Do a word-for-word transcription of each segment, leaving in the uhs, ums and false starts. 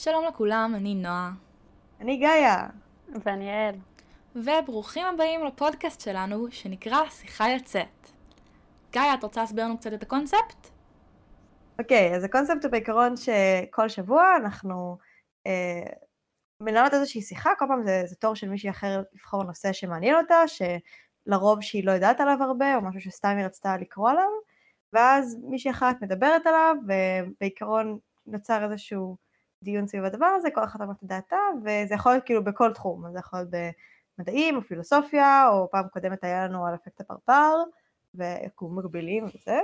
שלום לכולם, אני נועה. אני גאיה. ואני יעל. וברוכים הבאים לפודקאסט שלנו שנקרא שיחה יוצאת. גאיה, את רוצה להסביר לנו קצת את הקונספט? אוקיי, אז הקונספט הוא בעיקרון שכל שבוע אנחנו אה, מנהלות איזושהי שיחה, כל פעם זה, זה תור של מישהי אחר לבחור נושא שמעניין אותה, שלרוב שהיא לא יודעת עליו הרבה, או משהו שסתם היא רצתה לקרוא עליו, ואז מישהי אחת מדברת עליו, ובעיקרון נוצר איזשהו דיון סביב הדבר הזה, כל אחת אמרת את דעתה, וזה יכול להיות כאילו בכל תחום, זה יכול להיות במדעים או פילוסופיה, או פעם קודמת היה לנו על אפקט הפרפר, ויקום מקבילים וזה.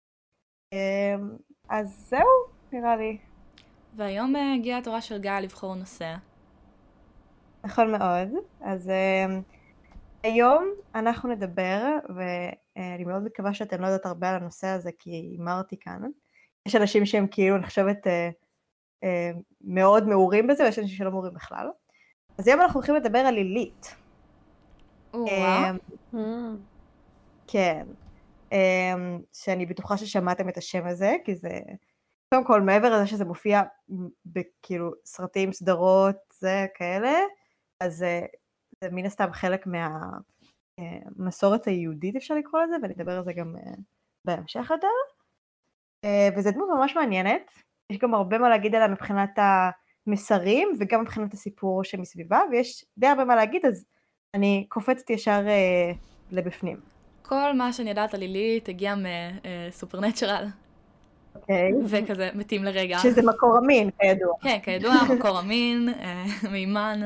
אז זהו, נראה לי. והיום הגיעה התורה של גאיה לבחור נושא. נכון מאוד. אז uh, היום אנחנו נדבר, ואני מאוד מקווה שאתם לא יודעת הרבה על הנושא הזה, כי אמרתי כאן. יש אנשים שהם כאילו, אני חושבת, uh, uh, מאוד מעורים בזה, ויש אנשים שלא מעורים בכלל. אז היום אנחנו הולכים לדבר על לילית. וואו. Um, כן. Um, שאני בטוחה ששמעתם את השם הזה, כי זה... קודם כל, מעבר לזה שזה מופיע בכאילו סרטים, סדרות, זה כאלה, אז זה, זה מן הסתם חלק מהמסורת היהודית, אפשר לקרוא לזה, ואני אדבר על זה גם בהמשך יותר. וזה דמות ממש מעניינת, יש גם הרבה מה להגיד עליה מבחינת המסרים, וגם מבחינת הסיפור שמסביבה, ויש די הרבה מה להגיד, אז אני קופצת ישר לבפנים. כל מה שאני יודעת על לילית הגיע מסופרנטורל. אוקיי. וכזה מתים לרגע. שזה מקור המין, כידוע. כן, כידוע, מקור המין, מימן.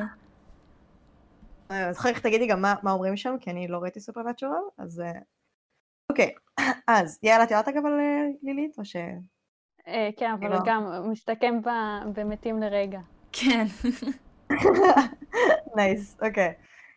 אז אחר כך תגידי גם מה, מה אומרים שם, כי אני לא ראיתי סופרנטורל, אז... אוקיי, אז יאללה, את יודעת אגב על לילית, או ש... כן, אבל גם מסתכם במתים לרגע. כן. נייס, אוקיי.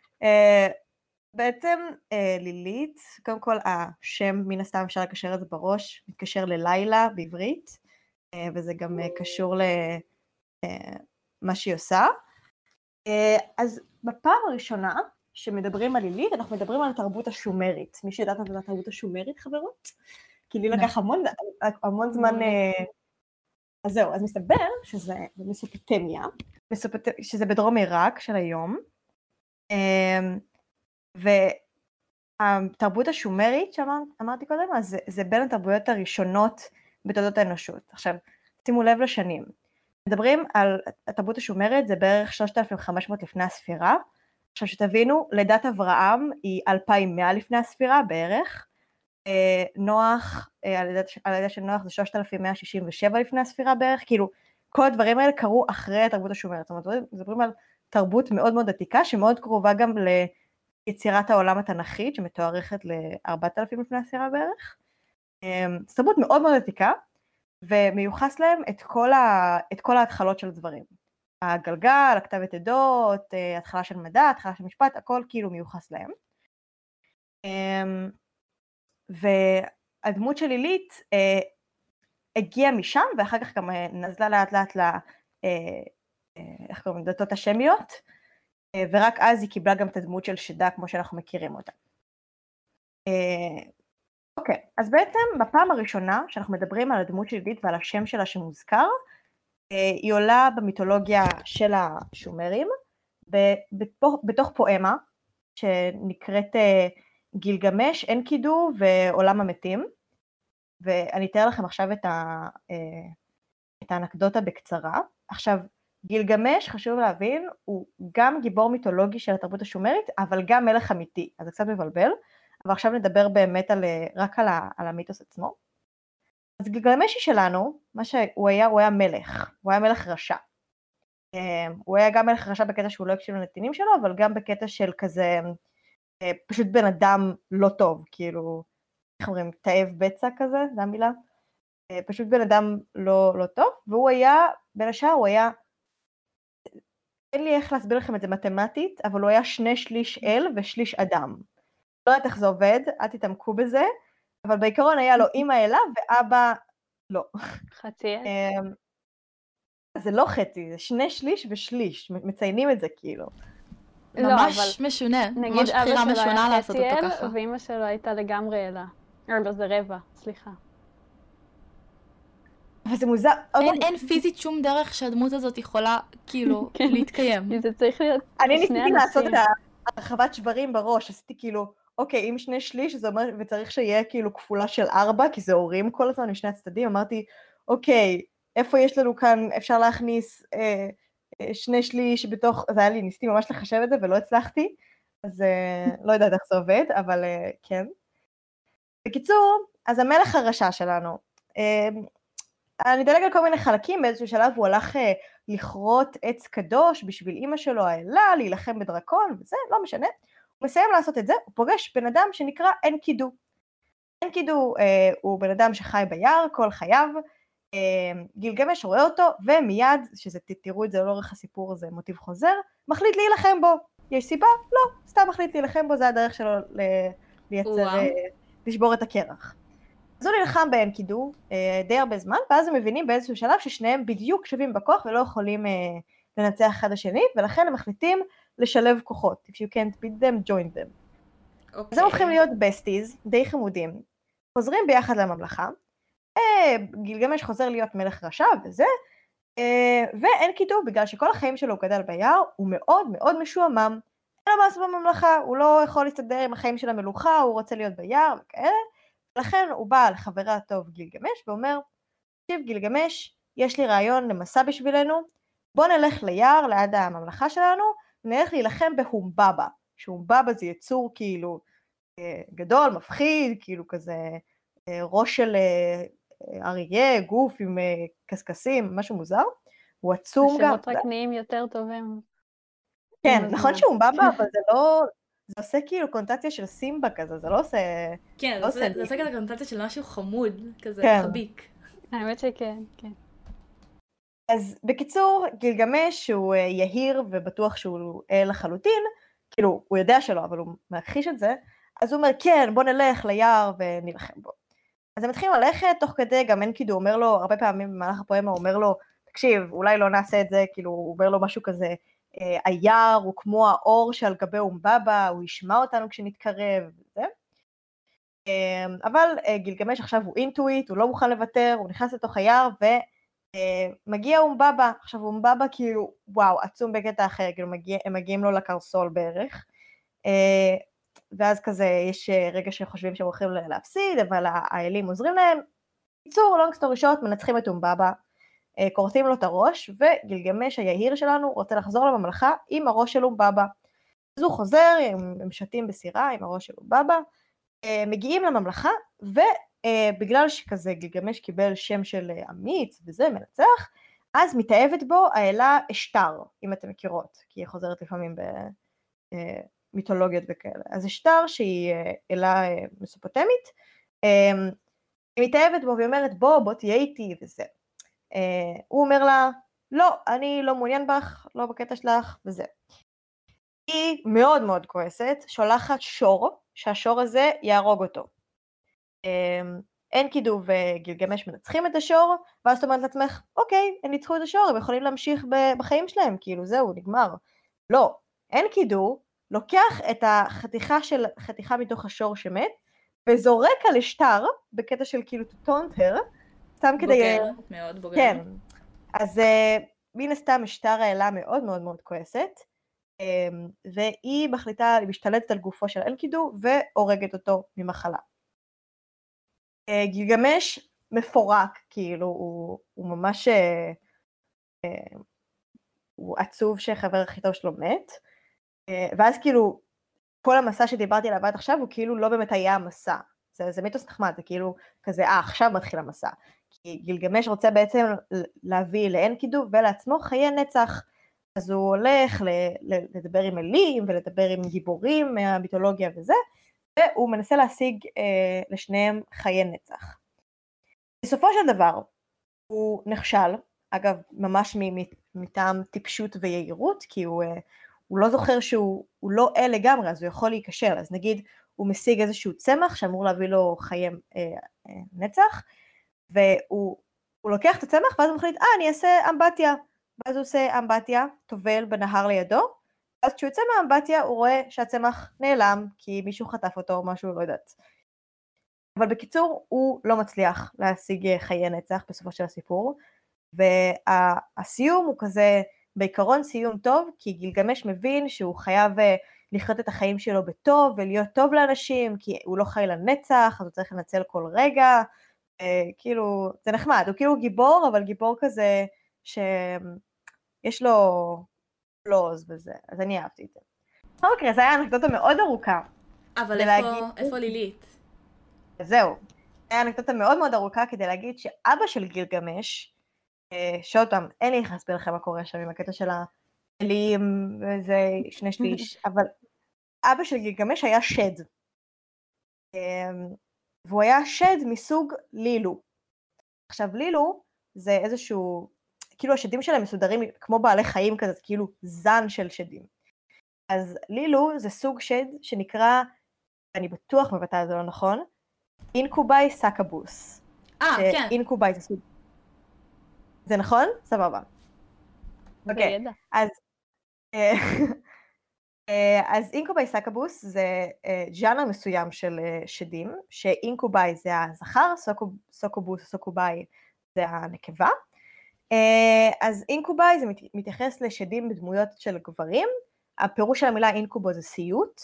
בעצם לילית, קודם כל השם מן הסתם אפשר לקשר את זה בראש, מתקשר ללילה בעברית, וזה גם קשור למה שהיא עושה. אז בפעם הראשונה שמדברים על לילית, אנחנו מדברים על התרבות השומרית. מי שיודעת על התרבות השומרית, חברות? כי לי לקח המון, המון זמן... אז זהו, אז מסתבר שזה במסופוטמיה, שזה בדרום עיראק של היום, והתרבות השומרית שאמרתי קודם, אז זה, זה בין התרבויות הראשונות בתולדות האנושות. עכשיו, שימו לב לשנים. מדברים על התרבות השומרית, זה בערך שלושת אלפים וחמש מאות לפני הספירה. עכשיו שתבינו, לידת אברהם היא אלפיים ומאה לפני הספירה בערך. נוח, הלידה של נוח זה שלושת אלפים מאה שישים ושבע לפני הספירה בערך. כאילו, כל הדברים האלה קרו אחרי התרבות השומרית. זאת אומרת, מדברים על תרבות מאוד מאוד עתיקה, שמאוד קרובה גם ליצירת העולם התנ"כית, שמתוארכת ל-ארבעת אלפים לפני הספירה בערך. זו תרבות מאוד מאוד עתיקה. ומיוחס להם את כל, ה... את כל ההתחלות של הדברים. הגלגל, הכתבת עדות, התחלה של מדע, התחלה של משפט, הכל כאילו מיוחס להם. והדמות של לילית הגיעה משם, ואחר כך גם נזלה לאט לאט ל... איך קוראים? דתות השמיות, ורק אז היא קיבלה גם את הדמות של שדה, כמו שאנחנו מכירים אותה. אוקיי, okay, אז בעצם בפעם הראשונה שאנחנו מדברים על הדמות של לילית ועל השם שלה שמוזכר, היא עולה במיתולוגיה של השומרים, בתוך פואמה שנקראת גילגמש, אנקידו ועולם המתים, ואני אתאר לכם עכשיו את, ה, את האנקדוטה בקצרה. עכשיו, גילגמש, חשוב להבין, הוא גם גיבור מיתולוגי של התרבות השומרית, אבל גם מלך אמיתי, אז זה קצת מבלבל. אבל עכשיו נדבר באמת על, רק על, ה, על המיתוס עצמו. אז גילגמשי שלנו, מה שהוא היה, הוא היה מלך, הוא היה מלך רשע. הוא היה גם מלך רשע בקטע שהוא לא הקשיב לנתינים שלו, אבל גם בקטע של כזה, פשוט בן אדם לא טוב, כאילו, איך אומרים, תאב בצע כזה, זו המילה? פשוט בן אדם לא, לא טוב, והוא היה, בין השאר הוא היה, אין לי איך להסביר לכם את זה מתמטית, אבל הוא היה שני שליש אל ושליש אדם. לא יודעת איך זה עובד, אל תתעמקו בזה, אבל בעיקרון היה לו אמא אלה ואבא לא. חצי אל? זה לא חצי, זה שני שליש ושליש, מציינים את זה כאילו. ממש משונה, ממש בחירה משונה לעשות אותו ככה. נגיד אבא שלו היה חצי אל, ואמא שלו הייתה לגמרי אלה. לא, זה רבע, סליחה. אבל זה מוזר. אין, אין פיזית שום דרך שהדמות הזאת יכולה, כאילו, כן. להתקיים. כי זה צריך להיות אני שני ניסיתי לעשות את אנשים. הרחבת שברים בראש, עשיתי כאילו, אוקיי, אם שני שליש, זה אומר, וצריך שיהיה כאילו כפולה של ארבע, כי זה הורים כל הזמן משני הצדדים, אמרתי, אוקיי, איפה יש לנו כאן, אפשר להכניס אה, אה, שני שליש בתוך, זה היה לי, ניסיתי ממש לחשב את זה ולא הצלחתי, אז אה, לא יודעת איך זה עובד, אבל אה, כן. בקיצור, אז המלך הרשע שלנו, אה, אני אדלג על כל מיני חלקים, באיזשהו שלב הוא הלך אה, לכרות עץ קדוש בשביל אמא שלו האלה, להילחם בדרקון, וזה, לא משנה. הוא מסיים לעשות את זה, הוא פוגש בן אדם שנקרא אנקידו. אנקידו אה, הוא בן אדם שחי ביער כל חייו, אה, גילגמש רואה אותו, ומיד, שתראו את זה לאורך הסיפור, זה מוטיב חוזר, מחליט להילחם בו. יש סיבה? לא, סתם מחליט להילחם בו, זה הדרך שלו ל- לייצר, אה, לשבור את הקרח. אז הוא נלחם באנקידו אה, די הרבה זמן, ואז הם מבינים באיזשהו שלב ששניהם בדיוק שווים בכוח ולא יכולים אה, לנצח אחד השני, ולכן הם מחליטים לשלב כוחות. If you can't beat them, join them. Okay. אז הם הופכים להיות בסטיז, די חמודים, חוזרים ביחד לממלכה, אה, גילגמש חוזר להיות מלך רשע וזה, אה, ואנקידו, בגלל שכל החיים שלו הוא גדל ביער, הוא מאוד מאוד משועמם. אין לו מה לעשות בממלכה, הוא לא יכול להסתדר עם החיים של המלוכה, הוא רוצה להיות ביער וכאלה, לכן הוא בא לחברה הטוב גילגמש ואומר, תקשיב גילגמש, יש לי רעיון למסע בשבילנו, בוא נלך ליער ליד הממלכה שלנו, נלך להילחם בהומבאבא, שהומבאבא זה יצור כאילו גדול, מפחיד, כאילו כזה ראש של אריה, גוף עם קסקסים, משהו מוזר, הוא עצום גם. השמות רק נהיים יותר טובים. כן, נכון שהומבאבא, אבל זה לא... זה עושה כאילו קונוטציה של סימבה כזה, זה לא עושה... כן, לא זה, עושה, זה עושה כזה קונוטציה של משהו חמוד, כזה כן. חביק. האמת שכן, כן. אז בקיצור, גילגמש שהוא יהיר ובטוח שהוא אל לחלוטין, כאילו הוא יודע שלא, אבל הוא מכחיש את זה, אז הוא אומר כן, בוא נלך ליער ונלחם בו. אז הם מתחילים ללכת, תוך כדי גם אנקידו אומר לו, הרבה פעמים במהלך הפואמה הוא אומר לו, תקשיב, אולי לא נעשה את זה, כאילו הוא אומר לו משהו כזה, היער הוא כמו האור שעל גבי הומבאבא, הוא ישמע אותנו כשנתקרב, וזה. אבל גילגמש עכשיו הוא אינטואיט, הוא לא מוכן לוותר, הוא נכנס לתוך היער ומגיע הומבאבא, עכשיו הומבאבא כאילו, וואו, עצום בקטע אחר, כאילו מגיע, הם מגיעים לו לקרסול בערך, ואז כזה יש רגע שחושבים שהם הולכים להפסיד, אבל האלים עוזרים להם, קיצור, לונג סטורי שוט, מנצחים את הומבאבא, קורטים לו את הראש, וגילגמש היהיר שלנו רוצה לחזור לממלכה עם הראש של הומבאבא. אז הוא חוזר, הם שתים בסירה עם הראש של הומבאבא, מגיעים לממלכה, ובגלל שכזה גילגמש קיבל שם של אמיץ וזה, מנצח, אז מתאהבת בו האלה אשתר, אם אתם מכירות, כי היא חוזרת לפעמים במיתולוגיות וכאלה. אז אשתר שהיא אלה מסופוטמית, היא מתאהבת בו ואומרת בוא, בוא תהיה איתי וזה. Uh, הוא אומר לה, לא, אני לא מעוניין בך, לא בקטע שלך, וזה. היא מאוד מאוד כועסת, שולחת שור, שהשור הזה יהרוג אותו. אנקידו וגילגמש מנצחים את השור, ואז זאת אומרת לעצמך, אוקיי, הם ניצחו את השור, הם יכולים להמשיך בחיים שלהם, כאילו זהו, נגמר. לא, אנקידו לוקח את החתיכה של, חתיכה מתוך השור שמת, וזורק על אשתר, בקטע של כאילו to taunt her, סתם כדי... בוגר, מאוד בוגר. כן, אז uh, מן הסתם אשתר האלה מאוד מאוד מאוד כועסת, um, והיא מחליטה, היא משתלטת על גופו של אנקידו, והורגת אותו ממחלה. Uh, גילגמש מפורק, כאילו, הוא, הוא ממש, uh, uh, הוא עצוב שחבר הכי טוב שלו מת, uh, ואז כאילו, כל המסע שדיברתי עליו עד עכשיו, הוא כאילו לא באמת היה המסע, זה, זה מיתוס נחמד, זה כאילו כזה, אה, עכשיו מתחיל המסע. כי גילגמש רוצה בעצם להביא לאנקידו ולעצמו חיי נצח, אז הוא הולך לדבר עם אלים ולדבר עם גיבורים מהמיתולוגיה וזה, והוא מנסה להשיג אה, לשניהם חיי נצח. בסופו של דבר הוא נכשל, אגב ממש מטעם טיפשות ויהירות, כי הוא, אה, הוא לא זוכר שהוא הוא לא אל לגמרי, אז הוא יכול להיכשל, אז נגיד הוא משיג איזשהו צמח שאמור להביא לו חיי אה, אה, נצח, והוא הוא לוקח את הצמח ואז הוא מחליט, אה אני אעשה אמבטיה, ואז הוא עושה אמבטיה, טובל בנהר לידו, ואז כשהוא יוצא מהאמבטיה הוא רואה שהצמח נעלם, כי מישהו חטף אותו או משהו, לא יודעת. אבל בקיצור, הוא לא מצליח להשיג חיי נצח בסופו של הסיפור, והסיום הוא כזה, בעיקרון סיום טוב, כי גילגמש מבין שהוא חייב לחיות את החיים שלו בטוב, ולהיות טוב לאנשים, כי הוא לא חי לנצח, אז הוא צריך לנצל כל רגע, כאילו, זה נחמד, הוא כאילו גיבור, אבל גיבור כזה, שיש לו פלוז וזה, אז אני אהבתי את זה. אוקיי, אז היה אנקדוטה מאוד ארוכה. אבל איפה, איפה לילית? זהו, היה אנקדוטה מאוד מאוד ארוכה כדי להגיד שאבא של גילגמש, שעוד פעם, אין לי איך להסביר לכם מה קורה שם עם הקטע של האלים וזה שני שליש, אבל אבא של גילגמש היה שד. והוא היה שד מסוג לילו. עכשיו לילו זה איזשהו, כאילו השדים שלהם מסודרים כמו בעלי חיים כזה, כאילו זן של שדים. אז לילו זה סוג שד שנקרא, אני בטוח מבטא זה לא נכון, אינקוביי סקבוס. אה, כן. אינקוביי זה סוג. זה נכון? סבבה. אוקיי, אז אז אינקוביי סקבוס זה ז'אנר מסוים של שדים, שאינקוביי זה הזכר, סוקובוס, סוקוביי זה הנקבה. אז אינקוביי זה מתייחס לשדים בדמויות של גברים, הפירוש של המילה אינקובו זה סיוט,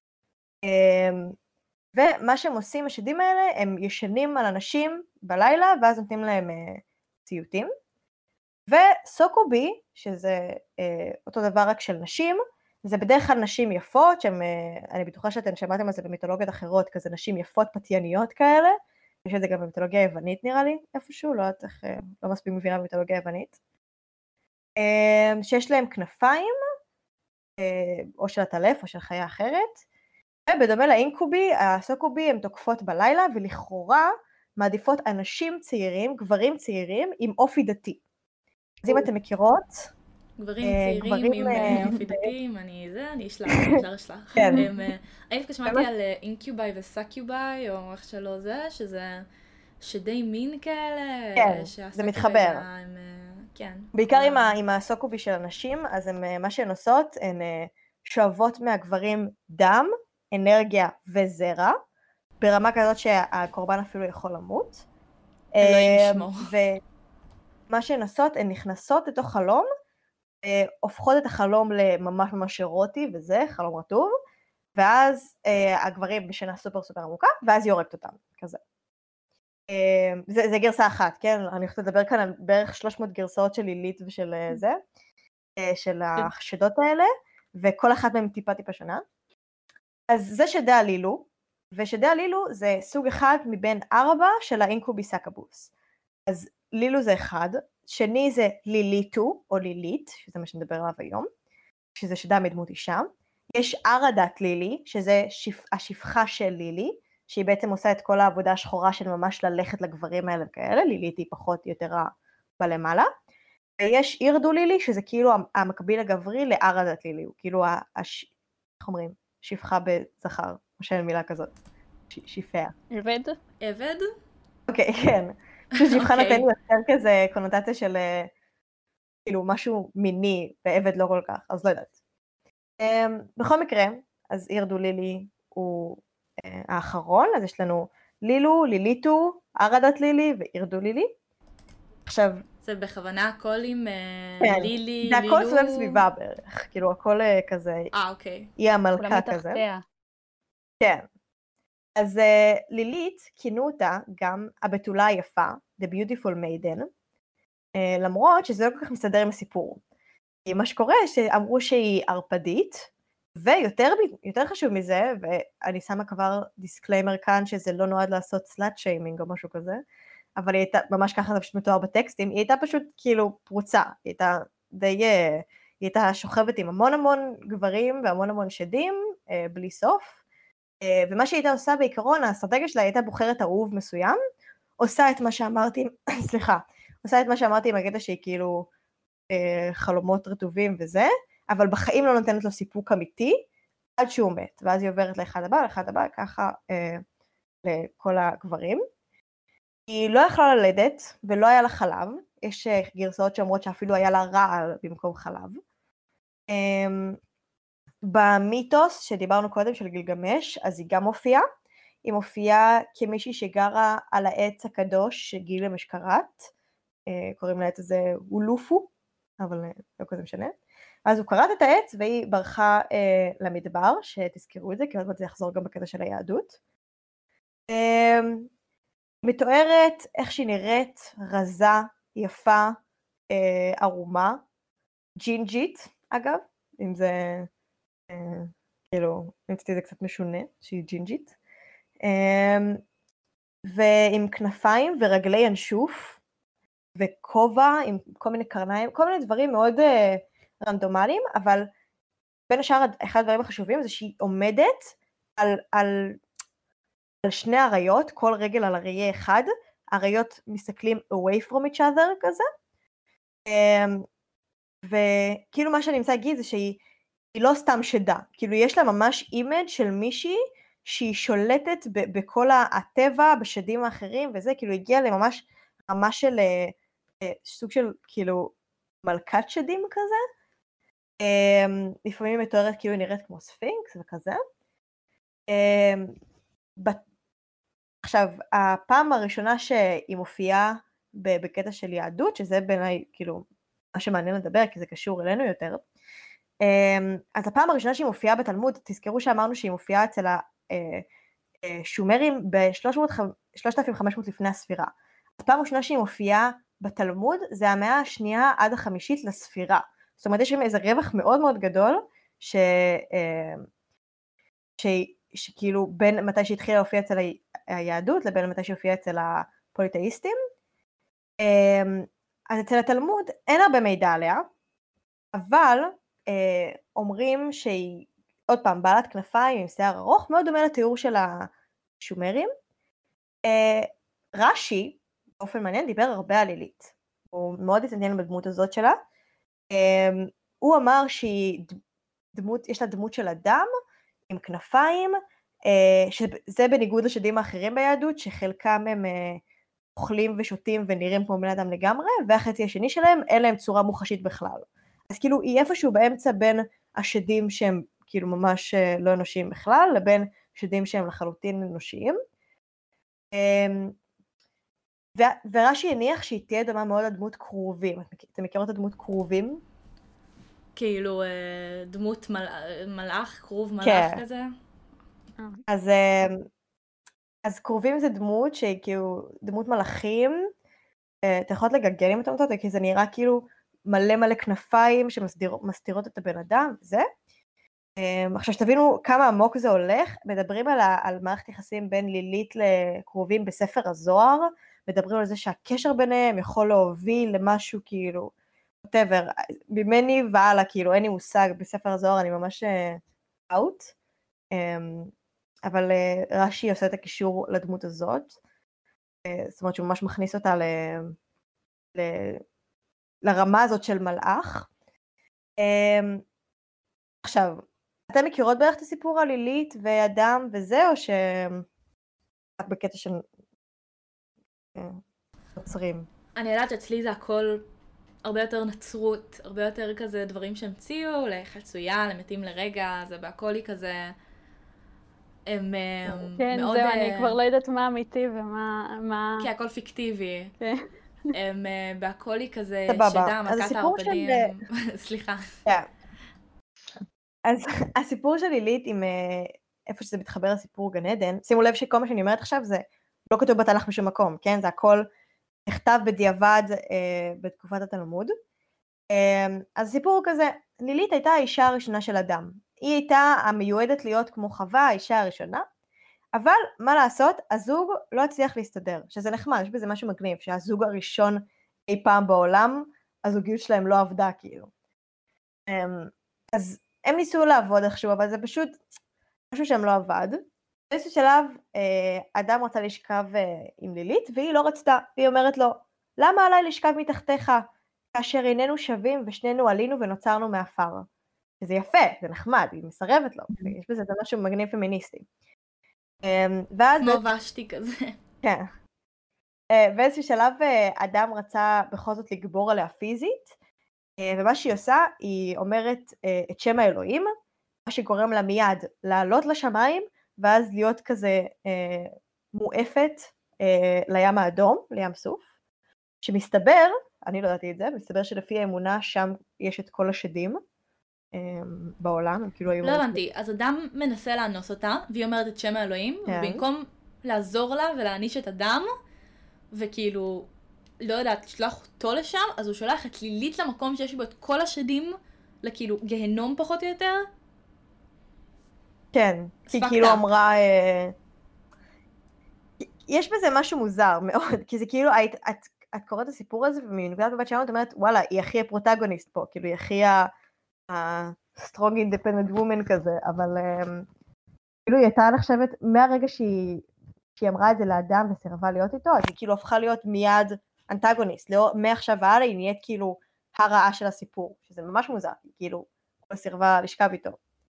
ומה שהם עושים, השדים האלה, הם ישנים על אנשים בלילה, ואז נותנים להם סיוטים. וסוקובי, שזה אותו דבר רק של נשים, זה בדרך כלל נשים יפות, שהן, אני בטוחה שאתן שמעתם על זה במיתולוגיות אחרות, כזה נשים יפות פתייניות כאלה, יש את זה גם במיתולוגיה היוונית נראה לי, איפשהו, לא יודעת איך, לא מספיק מבינה במיתולוגיה היוונית, שיש להם כנפיים, או של הטלף או של חיה אחרת, ובדומה לאינקובי, הסוקובי הן תוקפות בלילה, ולכאורה מעדיפות אנשים צעירים, גברים צעירים, עם אופי דתי. אז אם אתם מכירות, גברים צעירים עם אופי דתיים, אני זה, אני אשלח, אני אשלח, אשלח. אני דווקא שמעתי על אינקיוביי וסקיוביי, או איך שלא זה, שזה שדי מין כאלה. כן, זה מתחבר. כן. בעיקר עם הסוקובי של אנשים, אז מה שהן עושות, הן שואבות מהגברים דם, אנרגיה וזרע, ברמה כזאת שהקורבן אפילו יכול למות. אלוהים שמו. ומה שהן עושות, הן נכנסות לתוך חלום, הופכות את החלום לממש ממש אירוטי וזה, חלום רטוב, ואז אה, הגברים בשינה סופר סופר עמוקה, ואז היא הורגת אותם, כזה. אה, זה, זה גרסה אחת, כן? אני הולכת לדבר כאן על בערך שלוש מאות גרסאות של לילית ושל אה, זה, אה, של החשדות האלה, וכל אחת מהם טיפה טיפה שונה. אז זה שדי הלילו, ושדי הלילו זה סוג אחד מבין ארבע של האינקובי סקבוס. אז לילו זה אחד, שני זה ליליטו, או לילית, שזה מה שנדבר עליו היום, שזה שדה מדמות אישה. יש ארדת לילי, שזה שפ... השפחה של לילי, שהיא בעצם עושה את כל העבודה השחורה של ממש ללכת לגברים האלה וכאלה, לילית היא פחות יותר בלמעלה. ויש אירדו לילי, שזה כאילו המקביל הגברי לארדת לילי, הוא כאילו, הש... איך אומרים? שפחה בזכר, או שאין מילה כזאת, ש... שפעה. עבד? עבד? אוקיי, כן. שפחה נותן לי יותר כזה קונוטציה של כאילו משהו מיני ועבד לא כל כך, אז לא יודעת. בכל מקרה, אז אירדו לילי הוא האחרון, אז יש לנו לילו, ליליטו, ארדת לילי ואירדו לילי. עכשיו... זה בכוונה הכל עם לילי, לילו... זה הכל סובב סביבה בערך, כאילו הכל כזה... אה, אוקיי. היא המלכה כזה. כן. אז uh, לילית כינו אותה גם הבתולה היפה, The Beautiful Maiden, uh, למרות שזה לא כל כך מסתדר עם הסיפור. כי מה שקורה שאמרו שהיא ערפדית, ויותר יותר חשוב מזה, ואני שמה כבר דיסקליימר כאן שזה לא נועד לעשות סלאט שיימינג או משהו כזה, אבל היא הייתה ממש ככה זה פשוט מתואר בטקסטים, היא הייתה פשוט כאילו פרוצה, היא הייתה די, היא הייתה שוכבת עם המון המון גברים והמון המון שדים, uh, בלי סוף, ומה שהיא הייתה עושה בעיקרון, האסטרטגיה שלה הייתה בוחרת אהוב מסוים, עושה את מה שאמרתי, סליחה, עושה את מה שאמרתי עם הקטע שהיא כאילו חלומות רטובים וזה, אבל בחיים לא נותנת לו סיפוק אמיתי, עד שהוא מת, ואז היא עוברת לאחד הבא, לאחד הבא, ככה אה, לכל הגברים. היא לא יכלה ללדת, ולא היה לה חלב, יש גרסאות שאומרות שאפילו היה לה רעל במקום חלב. אה, במיתוס שדיברנו קודם של גילגמש, אז היא גם הופיעה, היא מופיעה כמישהי שגרה על העץ הקדוש שגילה משקרת, קוראים לעץ הזה אולופו, אבל לא כזה משנה. אז הוא קראת את העץ והיא ברחה אה, למדבר, שתזכרו את זה, כי עוד מעט זה יחזור גם בקטע של היהדות. אה, מתוארת איך שהיא נראית, רזה, יפה, אה, ערומה, ג'ינג'ית, אגב, אם זה, אה, כאילו, נמצאתי זה קצת משונה, שהיא ג'ינג'ית, אה, ועם כנפיים ורגלי ינשוף, וכובע עם כל מיני קרניים, כל מיני דברים מאוד אה, רנדומליים, אבל בין השאר אחד הדברים החשובים זה שהיא עומדת על, על, על שני אריות, כל רגל על אריה אחד, אריות מסתכלים away from each other כזה, וכאילו מה שאני רוצה להגיד זה שהיא לא סתם שדה, כאילו יש לה ממש אימג' של מישהי שהיא שולטת ב- בכל הטבע, בשדים האחרים וזה, כאילו הגיעה לממש רמה של סוג של כאילו מלכת שדים כזה, לפעמים מתוארת כאילו נראית כמו ספינקס וכזה. עכשיו, הפעם הראשונה שהיא מופיעה בקטע של יהדות, שזה בעיניי כאילו מה שמעניין לדבר, כי זה קשור אלינו יותר, אז הפעם הראשונה שהיא מופיעה בתלמוד, תזכרו שאמרנו שהיא מופיעה אצל השומרים ב-שלושת אלפים וחמש מאות לפני הספירה. הפעם הראשונה שהיא מופיעה בתלמוד, זה המאה השנייה עד החמישית לספירה. זאת אומרת, יש שם איזה רווח מאוד מאוד גדול, ש... ש... שכאילו בין מתי שהתחילה להופיע אצל היהדות, לבין מתי שהופיעה אצל הפוליטאיסטים. אז אצל התלמוד אין הרבה מידע עליה, אבל אומרים שהיא, עוד פעם, בעלת כנפיים עם שיער ארוך, מאוד דומה לתיאור של השומרים. רש"י, באופן מעניין, דיבר הרבה על לילית. הוא מאוד התעניין בדמות הזאת שלה. הוא אמר שהיא דמות, יש לה דמות של אדם עם כנפיים, שזה בניגוד לשדים האחרים ביהדות, שחלקם הם אוכלים ושותים ונראים כמו בני אדם לגמרי, והחצי השני שלהם אין להם צורה מוחשית בכלל. אז כאילו היא איפשהו באמצע בין השדים שהם כאילו ממש לא אנושיים בכלל, לבין שדים שהם לחלוטין אנושיים. ורש"י הניח שהיא תהיה דומה מאוד לדמות קרובים. אתם מכירות את הדמות קרובים? כאילו דמות מלאך, קרוב מלאך כזה? אז, אז קרובים זה דמות שהיא כאילו דמות מלאכים, אתה יכולת לגגל אם אתם יודעות, כי זה נראה כאילו מלא מלא כנפיים שמסתירות את הבן אדם, זה. עכשיו שתבינו כמה עמוק זה הולך, מדברים על, על מערכת יחסים בין לילית לקרובים בספר הזוהר, מדברים על זה שהקשר ביניהם יכול להוביל למשהו כאילו, whatever, ממני ועלה, כאילו אין לי מושג בספר הזוהר, אני ממש אאוט, אבל רש"י עושה את הקישור לדמות הזאת, זאת אומרת שהוא ממש מכניס אותה ל, ל, לרמה הזאת של מלאך. עכשיו, אתם מכירות בערך את הסיפור על לילית ואדם וזה, או שרק בקטע של נוצרים? אני יודעת שאצלי זה הכל הרבה יותר נצרות, הרבה יותר כזה דברים שהמציאו, לחצויה, למתים לרגע, זה בהכל היא כזה, הם כן, מאוד... זהו, אני כבר לא יודעת מה אמיתי ומה... כי הכל פיקטיבי. כן. הם בהכל היא כזה סבבה. שדה, מכת הערפדים. סליחה. אז הסיפור של לילית עם איפה שזה מתחבר לסיפור גן עדן, שימו לב שכל מה שאני אומרת עכשיו זה לא כתוב בתנ"ך בשום מקום, כן? זה הכל נכתב בדיעבד אה, בתקופת התלמוד. אה, אז הסיפור כזה, לילית הייתה האישה הראשונה של אדם. היא הייתה המיועדת להיות כמו חווה, האישה הראשונה, אבל מה לעשות, הזוג לא הצליח להסתדר, שזה נחמד, יש בזה משהו מגניב, שהזוג הראשון אי פעם בעולם, הזוגיות שלהם לא עבדה כאילו. אה, אז הם ניסו לעבוד איכשהו, אבל זה פשוט משהו שהם לא עבד. באיזשהו שלב, אדם רצה לשכב עם לילית, והיא לא רצתה, והיא אומרת לו, למה עליי לשכב מתחתיך, כאשר איננו שווים ושנינו עלינו ונוצרנו מאפר? זה יפה, זה נחמד, היא מסרבת לו, יש בזה משהו מגניב פמיניסטי. כמו ושתי כזה. כן. באיזשהו שלב, אדם רצה בכל זאת לגבור עליה פיזית, ומה שהיא עושה, היא אומרת את שם האלוהים, מה שגורם לה מיד לעלות לשמיים, ואז להיות כזה אה, מואפת אה, לים האדום, לים סוף, שמסתבר, אני לא ידעתי את זה, מסתבר שלפי האמונה שם יש את כל השדים אה, בעולם, הם כאילו היו... לא הבנתי, אז אדם מנסה לאנוס אותה, והיא אומרת את שם האלוהים, כן. ובמקום לעזור לה ולהעניש את אדם, וכאילו, לא יודעת, לשלוח אותו לשם, אז הוא שולח את לילית למקום שיש בו את כל השדים, לכאילו גהנום פחות או יותר. כן, כי כאילו אמרה... אה... יש בזה משהו מוזר מאוד, כי זה כאילו, את, את, את קוראת את הסיפור הזה, ומנקודת מבט שלנו, את אומרת, וואלה, היא הכי הפרוטגוניסט פה, כאילו, היא הכי ה-strong independent woman כזה, אבל כאילו, היא הייתה נחשבת, מהרגע שהיא, שהיא אמרה את זה לאדם וסירבה להיות איתו, אז היא כאילו הפכה להיות מיד אנטגוניסט, לא, מעכשיו והלאה היא נהיית כאילו הרעה של הסיפור, שזה ממש מוזר, כאילו, היא סירבה לשכב איתו.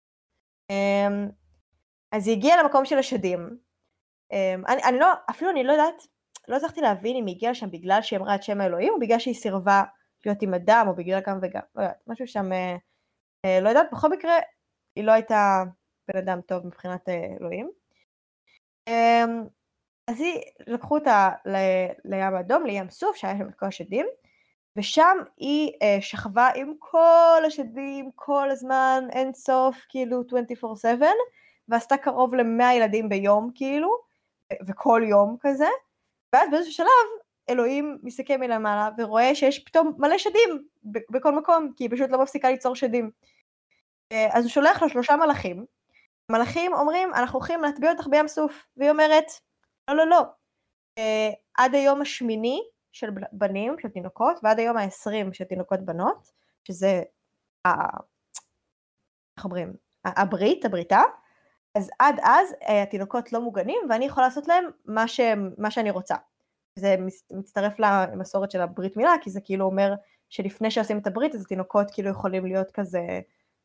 אז היא הגיעה למקום של השדים, אני, אני לא, אפילו אני לא יודעת, לא הצלחתי להבין אם היא הגיעה לשם בגלל שהיא אמרה את שם האלוהים, או בגלל שהיא סירבה להיות עם אדם, או בגלל גם וגם, לא יודעת, משהו שם, אה, לא יודעת, בכל מקרה, היא לא הייתה בן אדם טוב מבחינת אה, אלוהים. אה, אז היא, לקחו אותה ל, לים האדום, לים סוף, שהיה שם את כל השדים, ושם היא אה, שכבה עם כל השדים, כל הזמן, אין סוף, כאילו, עשרים וארבע שבע, ועשתה קרוב למאה ילדים ביום, כאילו, וכל יום כזה, ואז באיזשהו שלב אלוהים מסתכל מלמעלה ורואה שיש פתאום מלא שדים בכל מקום, כי היא פשוט לא מפסיקה ליצור שדים. אז הוא שולח לו שלושה מלאכים, המלאכים אומרים, אנחנו הולכים להטביע אותך בים סוף, והיא אומרת, לא, לא, לא, עד היום השמיני של בנים, של תינוקות, ועד היום העשרים של תינוקות בנות, שזה, איך אומרים, הברית, הבריתה, אז עד אז התינוקות לא מוגנים, ואני יכולה לעשות להם מה, ש... מה שאני רוצה. זה מצטרף למסורת של הברית מילה, כי זה כאילו אומר שלפני שעושים את הברית, אז התינוקות כאילו יכולים להיות כזה,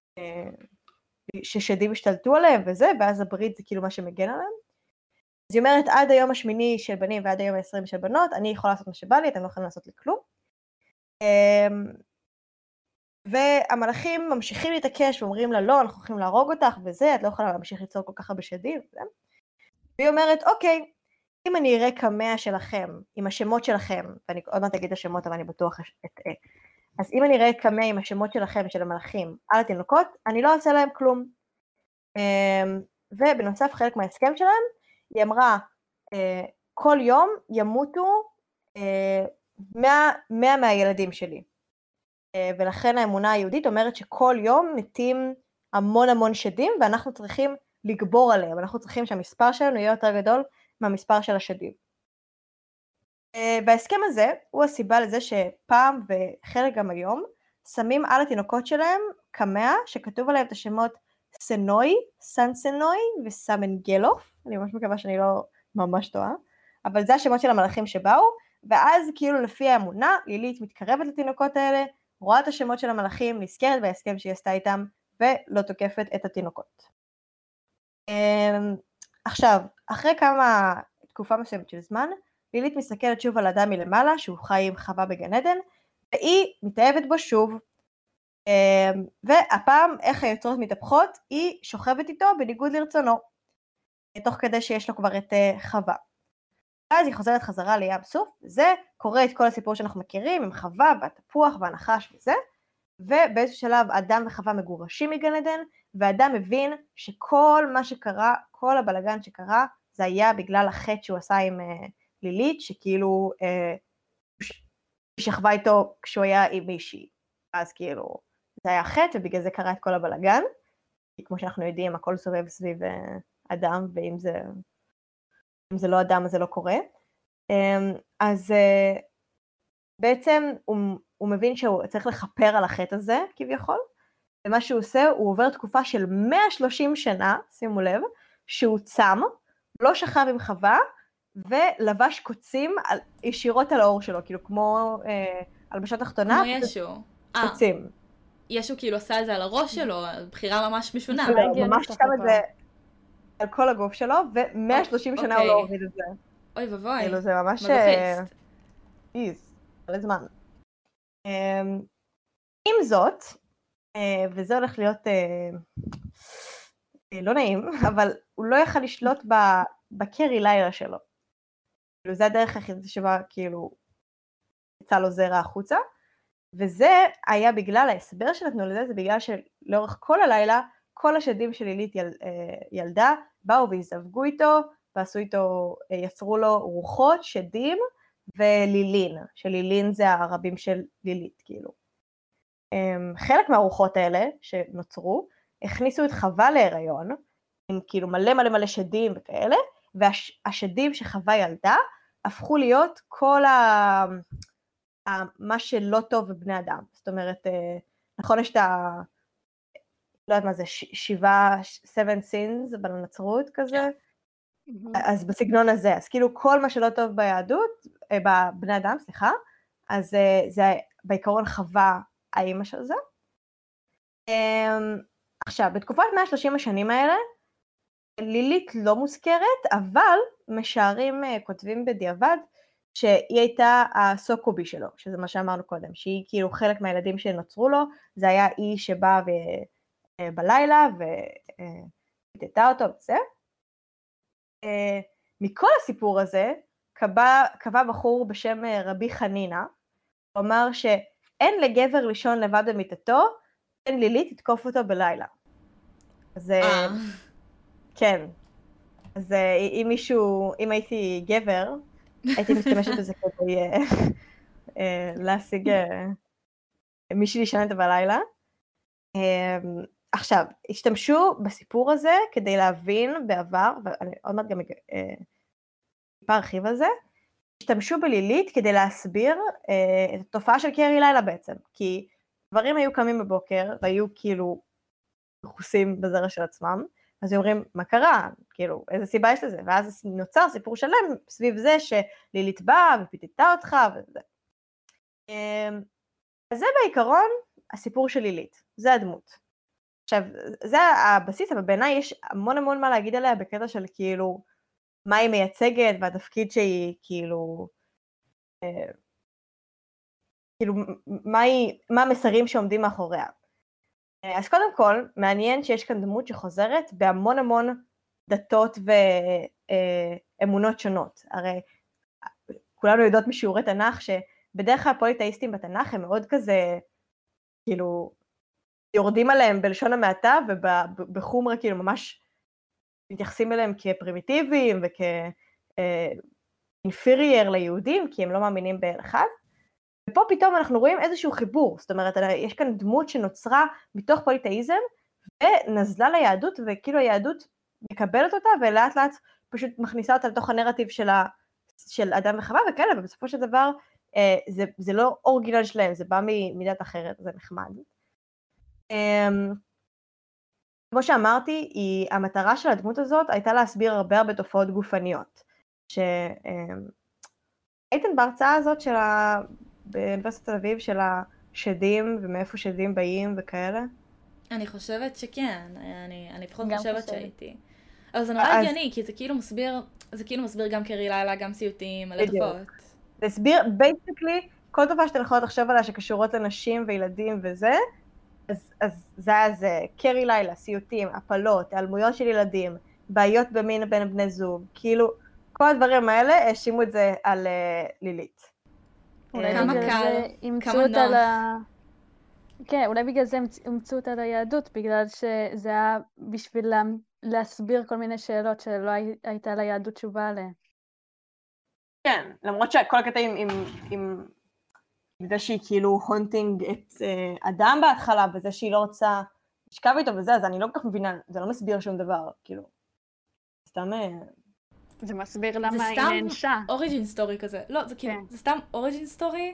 ששדים השתלטו עליהם וזה, ואז הברית זה כאילו מה שמגן עליהם. אז היא אומרת, עד היום השמיני של בנים ועד היום העשרים של בנות, אני יכולה לעשות מה שבא לי, אתם לא יכולים לעשות לי כלום. והמלאכים ממשיכים להתעקש ואומרים לה, לא, אנחנו הולכים להרוג אותך וזה, את לא יכולה להמשיך ליצור כל כך הרבה שדים. והיא אומרת, אוקיי, אם אני אראה כמאה שלכם, עם השמות שלכם, ואני עוד מעט אגיד השמות, אבל אני בטוח אטעה, אז אם אני אראה כמאה עם השמות שלכם, של המלאכים, על התינוקות, אני לא אעשה להם כלום. ובנוסף, חלק מההסכם שלהם, היא אמרה, כל יום ימותו מאה מהילדים שלי. ולכן האמונה היהודית אומרת שכל יום מתים המון המון שדים, ואנחנו צריכים לגבור עליהם, אנחנו צריכים שהמספר שלנו יהיה יותר גדול מהמספר של השדים. וההסכם הזה הוא הסיבה לזה שפעם וחלק גם היום, שמים על התינוקות שלהם כמאה שכתוב עליהם את השמות סנוי, סנסנוי וסמנגלוף, אני ממש מקווה שאני לא ממש טועה, אבל זה השמות של המלאכים שבאו, ואז כאילו לפי האמונה, לילית מתקרבת לתינוקות האלה, רואה את השמות של המלאכים, נזכרת בהסכם שהיא עשתה איתם, ולא תוקפת את התינוקות. עכשיו, אחרי כמה תקופה מסוימת של זמן, לילית מסתכלת שוב על אדם מלמעלה, שהוא חי עם חווה בגן עדן, והיא מתאהבת בו שוב, והפעם איך היוצרות מתהפכות, היא שוכבת איתו בניגוד לרצונו, תוך כדי שיש לו כבר את חווה. אז היא חוזרת חזרה לים סוף, זה קורא את כל הסיפור שאנחנו מכירים, עם חווה והתפוח והנחש וזה, ובאיזשהו שלב אדם וחווה מגורשים מגן עדן, ואדם מבין שכל מה שקרה, כל הבלגן שקרה, זה היה בגלל החטא שהוא עשה עם uh, לילית, שכאילו uh, שכבה איתו כשהוא היה עם מישהי, אז כאילו זה היה חטא, ובגלל זה קרה את כל הבלגן, כי כמו שאנחנו יודעים, הכל סובב סביב uh, אדם, ואם זה... אם זה לא אדם, אז זה לא קורה. אז בעצם הוא, הוא מבין שהוא צריך לכפר על החטא הזה, כביכול, ומה שהוא עושה, הוא עובר תקופה של מאה ושלושים שנה, שימו לב, שהוא צם, לא שכב עם חווה, ולבש קוצים על, ישירות על האור שלו, כאילו כמו אה, הלבשה תחתונה. כמו ישו. קוצים. 아, ישו כאילו עשה את זה על הראש שלו, בחירה ממש משונה. ממש שם את זה על כל הגוף שלו, ו-מאה ושלושים שנה הוא לא הוריד את זה. אוי ובוי. כאילו זה ממש... מזוכיסט. איז, על הזמן. עם זאת, וזה הולך להיות לא נעים, אבל הוא לא יכל לשלוט בקרי לילה שלו. כאילו, זה הדרך היחידה שבה, כאילו, יצא לו זרע החוצה, וזה היה בגלל, ההסבר שנתנו לזה, זה בגלל שלאורך כל הלילה, כל השדים של לילית יל, ילדה, באו והזדווגו איתו, ועשו איתו, יצרו לו רוחות, שדים, ולילין, שלילין זה הרבים של לילית, כאילו. חלק מהרוחות האלה שנוצרו, הכניסו את חווה להיריון, עם כאילו מלא מלא מלא שדים וכאלה, והשדים שחווה ילדה, הפכו להיות כל ה... מה שלא טוב בבני אדם. זאת אומרת, נכון יש את ה... לא יודעת מה זה, שבעה, seven sins בנצרות כזה, אז בסגנון הזה, אז כאילו כל מה שלא טוב ביהדות, בבני אדם, סליחה, אז זה בעיקרון חווה האמא של זה. עכשיו, בתקופת מאה ושלושים השנים האלה, לילית לא מוזכרת, אבל משערים כותבים בדיעבד, שהיא הייתה הסוקובי שלו, שזה מה שאמרנו קודם, שהיא כאילו חלק מהילדים שנוצרו לו, זה היה היא שבאה בלילה ופתתה אותו וזה. מכל הסיפור הזה, קבע, קבע בחור בשם רבי חנינה, הוא אמר שאין לגבר לישון לבד במיטתו, אין לילית תתקוף אותו בלילה. אז כן, אז אם מישהו, אם הייתי גבר, הייתי משתמשת בזה כדי להשיג מישהי לישון איתה בלילה. עכשיו, השתמשו בסיפור הזה כדי להבין בעבר, ואני עוד מעט גם טיפה ארחיב על זה, השתמשו בלילית כדי להסביר את התופעה של קרי לילה בעצם, כי דברים היו קמים בבוקר והיו כאילו חוסים בזרע של עצמם, אז הם אומרים, מה קרה? כאילו, איזה סיבה יש לזה? ואז נוצר סיפור שלם סביב זה שלילית באה ופיתתה אותך וזה. אז זה בעיקרון הסיפור של לילית, זה הדמות. עכשיו, זה הבסיס, אבל בעיניי יש המון המון מה להגיד עליה בקטע של כאילו, מה היא מייצגת והתפקיד שהיא כאילו, כאילו, מה, היא, מה המסרים שעומדים מאחוריה. אז קודם כל, מעניין שיש כאן דמות שחוזרת בהמון המון דתות ואמונות שונות. הרי כולנו יודעות משיעורי תנ"ך שבדרך כלל הפוליתאיסטים בתנ"ך הם מאוד כזה, כאילו, יורדים עליהם בלשון המעטה ובחומרה כאילו ממש מתייחסים אליהם כפרימיטיביים וכאינפירייר ליהודים, כי הם לא מאמינים באל אחד. ופה פתאום אנחנו רואים איזשהו חיבור, זאת אומרת, יש כאן דמות שנוצרה מתוך פוליתאיזם, ונזלה ליהדות, וכאילו היהדות מקבלת אותה, ולאט לאט פשוט מכניסה אותה לתוך הנרטיב של, ה, של אדם וחווה וכאלה, ובסופו של דבר, אה, זה, זה לא אורגינל שלהם, זה בא מדת אחרת, זה נחמד. אה, כמו שאמרתי, היא, המטרה של הדמות הזאת הייתה להסביר הרבה הרבה תופעות גופניות, שהייתן אה, בהרצאה הזאת של ה... באוניברסיטת תל אביב של השדים ומאיפה שדים באים וכאלה? אני חושבת שכן, אני, אני פחות חושבת שהייתי. אבל זה נורא הגיוני, כי זה כאילו מסביר, זה כאילו מסביר גם קרי לילה, גם סיוטים, מלא תופעות. זה הסביר, basically, כל תופעה שאתם יכולות לחשוב עליה שקשורות לנשים וילדים וזה, אז, אז זה היה זה, קרי לילה, סיוטים, הפלות, העלמויות של ילדים, בעיות במין בין בני זוג, כאילו, כל הדברים האלה האשימו את זה על uh, לילית. כמה קל, כמה נוח. כן, אולי בגלל זה המצאו אותה ליהדות, בגלל שזה היה בשביל להסביר כל מיני שאלות שלא הייתה ליהדות תשובה עליהן. כן, למרות שכל הקטע עם, עם, עם זה שהיא כאילו הונטינג את אדם בהתחלה, וזה שהיא לא רוצה לשכב איתו וזה, אז אני לא כל כך מבינה, זה לא מסביר שום דבר, כאילו, סתם... זה מסביר למה היא נענשה. זה סתם אוריג'ין סטורי כזה. לא, זה כאילו, זה סתם אוריג'ין סטורי,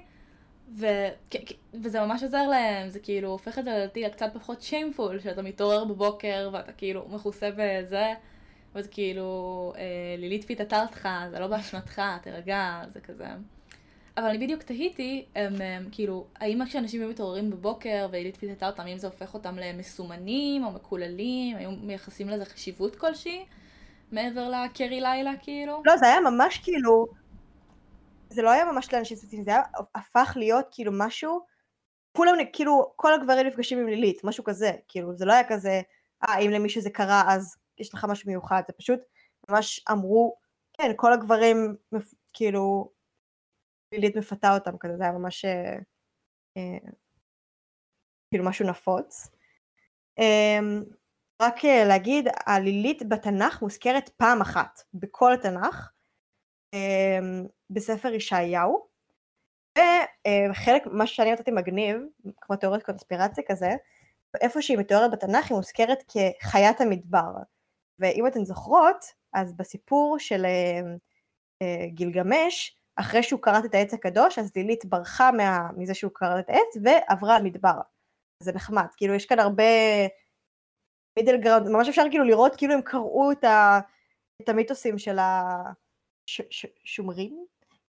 וזה ממש עוזר להם, זה כאילו הופך את זה לדעתי קצת פחות שיימפול, שאתה מתעורר בבוקר ואתה כאילו מכוסה בזה, וזה כאילו, לילית פיתתה אותך, זה לא באשמתך, תרגע, זה כזה. אבל אני בדיוק תהיתי, הם כאילו, האם כשאנשים היו מתעוררים בבוקר ולילית פיתתה אותם, אם זה הופך אותם למסומנים או מקוללים, היו מייחסים לזה חשיבות כלשהי? מעבר לקרי לילה, כאילו? לא, זה היה ממש כאילו, זה לא היה ממש לאנשים ספציפיים, זה היה הפך להיות כאילו משהו, כולם, כאילו, כל הגברים נפגשים עם לילית, משהו כזה, כאילו, זה לא היה כזה, אה, אם למישהו זה קרה, אז יש לך משהו מיוחד, זה פשוט ממש אמרו, כן, כל הגברים, כאילו, לילית מפתה אותם כזה, זה היה ממש, אה, כאילו, משהו נפוץ. אה, רק להגיד, הלילית בתנ"ך מוזכרת פעם אחת, בכל התנ"ך, אה, בספר ישעיהו, וחלק, מה שאני נתתי מגניב, כמו תיאוריית קונספירציה כזה, איפה שהיא מתוארת בתנ"ך היא מוזכרת כחיית המדבר, ואם אתן זוכרות, אז בסיפור של אה, גילגמש, אחרי שהוא קראת את העץ הקדוש, אז לילית ברחה מה, מזה שהוא קראת את העץ, ועברה למדבר. זה נחמד, כאילו יש כאן הרבה מידל גראונד, ממש אפשר כאילו לראות כאילו הם קראו את, ה, את המיתוסים של השומרים,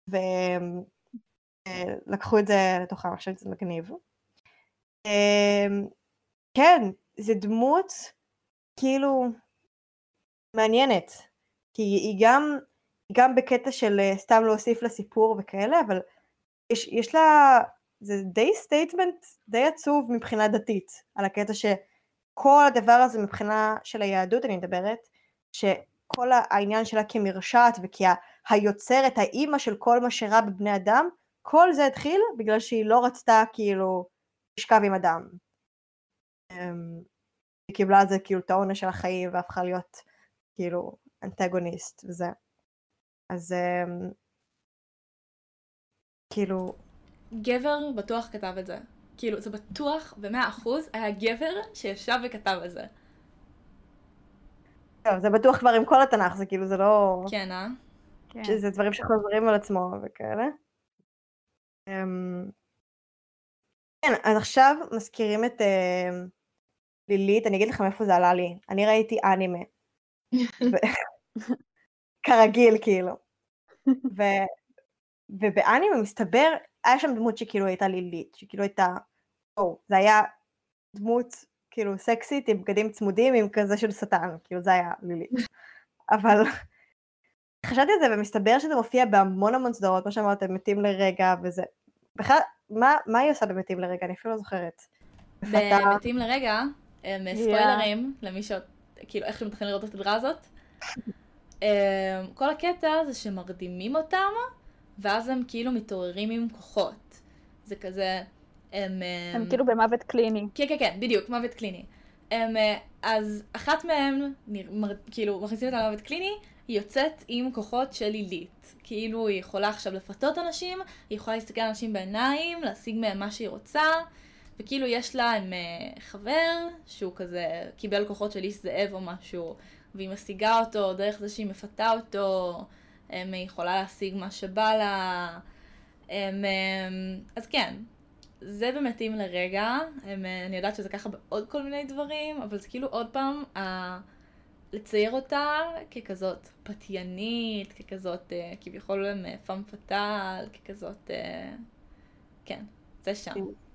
ולקחו את זה לתוכם, עכשיו זה מגניב. כן, זה דמות כאילו מעניינת, כי היא גם, גם בקטע של סתם להוסיף לסיפור וכאלה, אבל יש, יש לה, זה די סטייטמנט די עצוב מבחינה דתית, על הקטע שכל הדבר הזה מבחינה של היהדות אני מדברת, שכל העניין שלה כמרשעת וכהיוצרת, האימא של כל מה שרע בבני אדם, כל זה התחיל בגלל שהיא לא רצתה כאילו לשכב עם אדם. היא קיבלה את זה כאילו את העונש של החיים והפכה להיות כאילו אנטגוניסט וזה. אז כאילו גבר בטוח כתב את זה. כאילו זה בטוח במאה אחוז היה גבר שישב וכתב את זה. טוב, זה בטוח כבר עם כל התנ"ך, זה כאילו זה לא... כן, אה? שזה דברים שחוזרים על עצמו וכאלה. כן, אז עכשיו מזכירים את לילית, אני אגיד לכם איפה זה עלה לי. אני ראיתי אנימה. כרגיל כאילו. ובאנימה מסתבר, היה שם דמות שכאילו הייתה לילית, שכאילו הייתה, או, זה היה דמות כאילו סקסית עם בגדים צמודים עם כזה של שטן, כאילו זה היה לילית. אבל חשבתי על זה ומסתבר שזה מופיע בהמון המון סדרות, כמו שאמרתם, מתים לרגע וזה. בכלל, מה, מה היא עושה במתים לרגע? אני אפילו לא זוכרת. במתים לרגע, ספוילרים, למי ש... כאילו איך שמתחיל לראות את הסדרה הזאת. כל הקטע זה שמרדימים אותם, ואז הם כאילו מתעוררים עם כוחות. זה כזה... הם... הם כאילו במוות קליני. כן, כן, כן, בדיוק, מוות קליני. הם, אז אחת מהם, כאילו, מכניסים אותה למוות קליני, היא יוצאת עם כוחות של לילית. כאילו היא יכולה עכשיו לפתות אנשים, היא יכולה להסתכל על אנשים בעיניים, להשיג מהם מה שהיא רוצה, וכאילו יש לה עם חבר שהוא כזה קיבל כוחות של איש זאב או משהו, והיא משיגה אותו דרך זה שהיא מפתה אותו, היא יכולה להשיג מה שבא לה. אז כן, זה במתים לרגע, אני יודעת שזה ככה בעוד כל מיני דברים, אבל זה כאילו עוד פעם, לצייר אותה ככזאת פתיינית, ככזאת כביכול פאם פטל, ככזאת, כן, זה שם.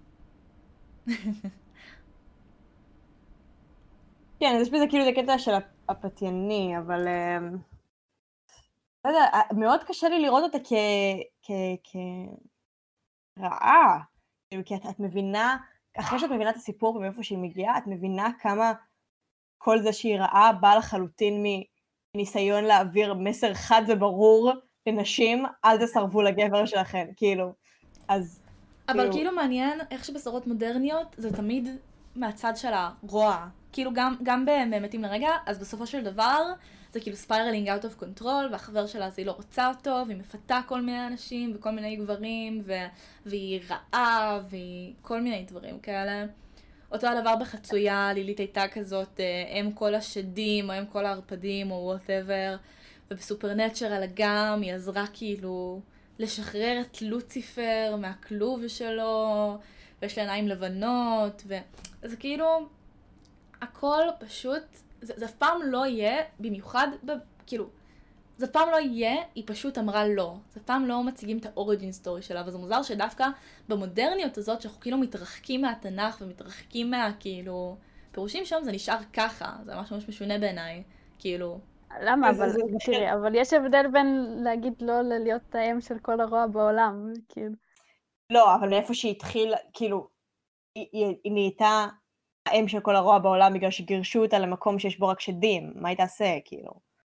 כן, יש בזה כאילו זה קטע של הפתייני, אבל לא יודע, מאוד קשה לי לראות אותה כרעה, כי את מבינה, אחרי שאת מבינה את הסיפור ומאיפה שהיא מגיעה, את מבינה כמה כל זה שהיא רעה בא לחלוטין מניסיון להעביר מסר חד וברור לנשים, אל תסרבו לגבר שלכם, כאילו, אז... אבל כאילו מעניין איך שבסדרות מודרניות זה תמיד מהצד של הרוע, כאילו גם, גם במתים לרגע, אז בסופו של דבר זה כאילו spiraling out of control, והחבר שלה אז היא לא רוצה אותו, והיא מפתה כל מיני אנשים וכל מיני גברים, ו... והיא רעה, והיא כל מיני דברים כאלה. אותו הדבר בחצויה, לילית הייתה כזאת, הם כל השדים, או הם כל הערפדים, או whatever, ובסופרנטשרל גם היא עזרה כאילו לשחרר את לוציפר מהכלוב שלו, ויש לה עיניים לבנות, וזה כאילו, הכל פשוט, זה, זה אף פעם לא יהיה, במיוחד, ב, כאילו, זה אף פעם לא יהיה, היא פשוט אמרה לא. זה אף פעם לא מציגים את האוריג'ין סטורי שלה, וזה מוזר שדווקא במודרניות הזאת, שאנחנו כאילו מתרחקים מהתנ"ך ומתרחקים מה, כאילו, פירושים שם זה נשאר ככה, זה ממש ממש משונה בעיניי, כאילו. למה? אבל, תראי, אבל יש הבדל בין להגיד לא ללהיות האם של כל הרוע בעולם, כאילו. לא, אבל מאיפה שהיא התחילה, כאילו, היא, היא, היא נהייתה האם של כל הרוע בעולם בגלל שגירשו אותה למקום שיש בו רק שדים, מה היא תעשה, כאילו?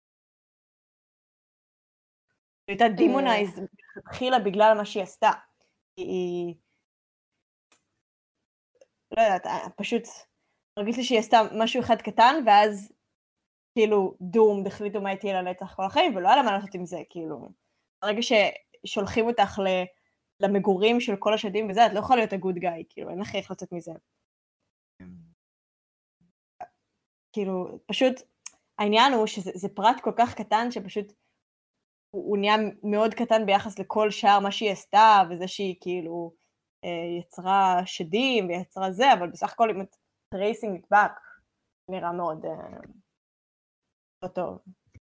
היא הייתה דימונייז, התחילה בגלל מה שהיא עשתה. היא... לא יודעת, פשוט מרגיש לי שהיא עשתה משהו אחד קטן, ואז כאילו דום, החליטו מה הייתי לנצח כל החיים, ולא היה לה מה לעשות עם זה, כאילו. ברגע ששולחים אותך למגורים של כל השדים וזה, את לא יכולה להיות הגוד גאי, כאילו, אין לך איך לצאת מזה. כאילו, פשוט, העניין הוא שזה פרט כל כך קטן, שפשוט הוא, הוא נהיה מאוד קטן ביחס לכל שאר מה שהיא עשתה, וזה שהיא כאילו יצרה שדים ויצרה זה, אבל בסך הכל אם את tracing it back, נראה מאוד לא טוב.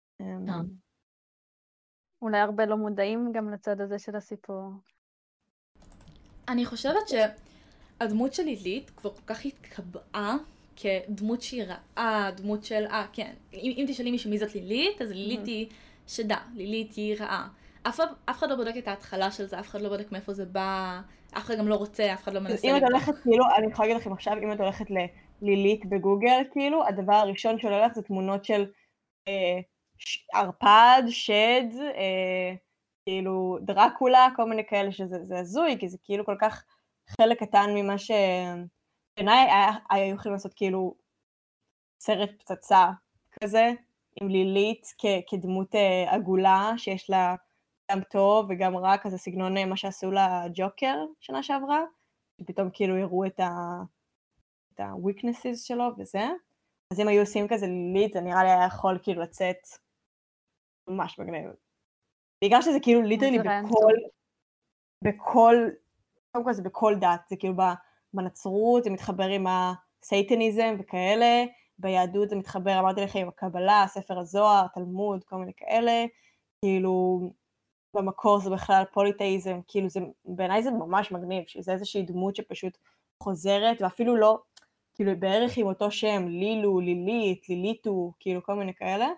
אולי הרבה לא מודעים גם לצד הזה של הסיפור. אני חושבת שהדמות של לילית כבר כל כך התקבעה כדמות שהיא רעה, דמות של, אה, כן. אם, אם תשאלי מישהו מי זאת לילית, אז לילית mm-hmm. היא שדה, לילית היא רעה. אף, אף אחד לא בודק את ההתחלה של זה, אף אחד לא בודק מאיפה זה בא, אף אחד גם לא רוצה, אף אחד לא מנסה. אם את הולכת, כאילו, אני יכולה להגיד לכם עכשיו, אם את הולכת ללילית בגוגל, כאילו, הדבר הראשון שעולה לך זה תמונות של אה, ערפד, שד, אה, כאילו דרקולה, כל מיני כאלה שזה הזוי, כי זה כאילו כל כך חלק קטן ממה ש... בעיניי היו יכולים לעשות כאילו סרט פצצה כזה, עם לילית כדמות עגולה, שיש לה גם טוב וגם רע, כזה סגנון מה שעשו לה ג'וקר שנה שעברה, שפתאום כאילו הראו את ה-weaknesses שלו וזה. אז אם היו עושים כזה לילית, זה נראה לי היה יכול כאילו לצאת ממש מגניב. בגלל שזה כאילו ליטרלי בכל, בכל, קודם כל זה בכל דת, זה כאילו בנצרות, זה מתחבר עם הסייטניזם וכאלה, ביהדות זה מתחבר, אמרתי לכם, עם הקבלה, ספר הזוהר, תלמוד, כל מיני כאלה, כאילו במקור זה בכלל פוליתאיזם, כאילו זה, בעיניי זה ממש מגניב, שזה איזושהי דמות שפשוט חוזרת, ואפילו לא, כאילו בערך עם אותו שם, לילו, לילית, ליליטו, כאילו כל מיני כאלה.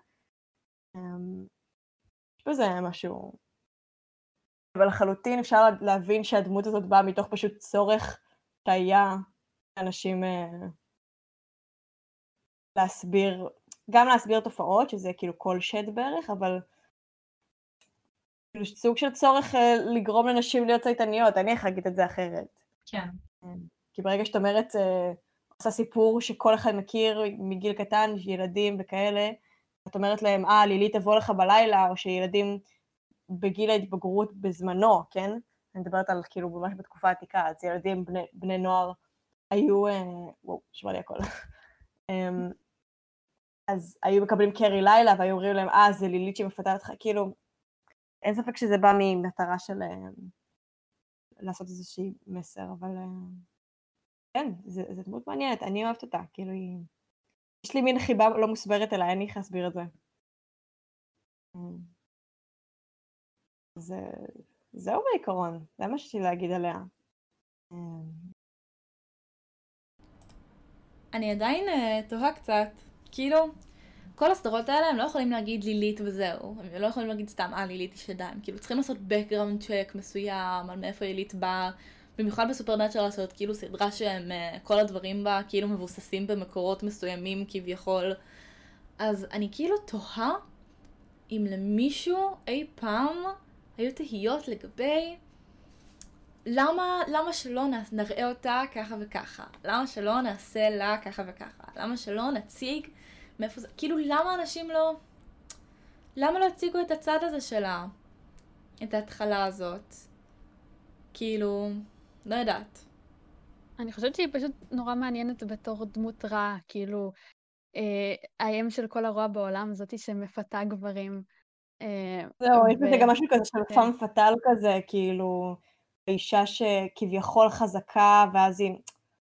יש בזה משהו, אבל לחלוטין אפשר להבין שהדמות הזאת באה מתוך פשוט צורך שהיה אנשים להסביר, גם להסביר תופעות, שזה כאילו כל שד בערך, אבל כאילו סוג של צורך לגרום לנשים להיות צייתניות, אני איך להגיד את זה אחרת. כן. כי ברגע שאת אומרת, עושה סיפור שכל אחד מכיר מגיל קטן, ילדים וכאלה, את אומרת להם, אה, לילי תבוא לך בלילה, או שילדים בגיל ההתבגרות בזמנו, כן? אני מדברת על כאילו ממש בתקופה העתיקה, אז ילדים, בני, בני נוער, היו, וואו, שווה לי הכל. אז היו מקבלים קרי לילה, והיו אומרים להם, אה, זה לילית שמפתה אותך, כאילו, אין ספק שזה בא ממטרה של לעשות איזושהי מסר, אבל כן, זה, זה דמות מעניינת, אני אוהבת אותה, כאילו היא... יש לי מין חיבה לא מוסברת אליי, אין לי איך להסביר את זה. זה... זהו בעיקרון, זה מה שיש לי להגיד עליה. אני עדיין uh, תוהה קצת, כאילו, כל הסדרות האלה הם לא יכולים להגיד לילית וזהו, הם לא יכולים להגיד סתם, אה, לילית היא שדה, הם כאילו צריכים לעשות background check מסוים על מאיפה לילית באה, במיוחד בסופרנטורל לעשות כאילו סדרה שהם, uh, כל הדברים בה כאילו מבוססים במקורות מסוימים כביכול, אז אני כאילו תוהה אם למישהו אי פעם היו תהיות לגבי למה, למה שלא נראה אותה ככה וככה, למה שלא נעשה לה ככה וככה, למה שלא נציג מאיפה זה, כאילו למה אנשים לא, למה לא הציגו את הצד הזה שלה, את ההתחלה הזאת, כאילו, לא יודעת. אני חושבת שהיא פשוט נורא מעניינת בתור דמות רע, כאילו, אה, האם של כל הרוע בעולם, זאתי שמפתה גברים. אה, זהו, ו... יש בזה גם משהו כזה של פאם פטל כזה, כאילו, אישה שכביכול חזקה, ואז היא...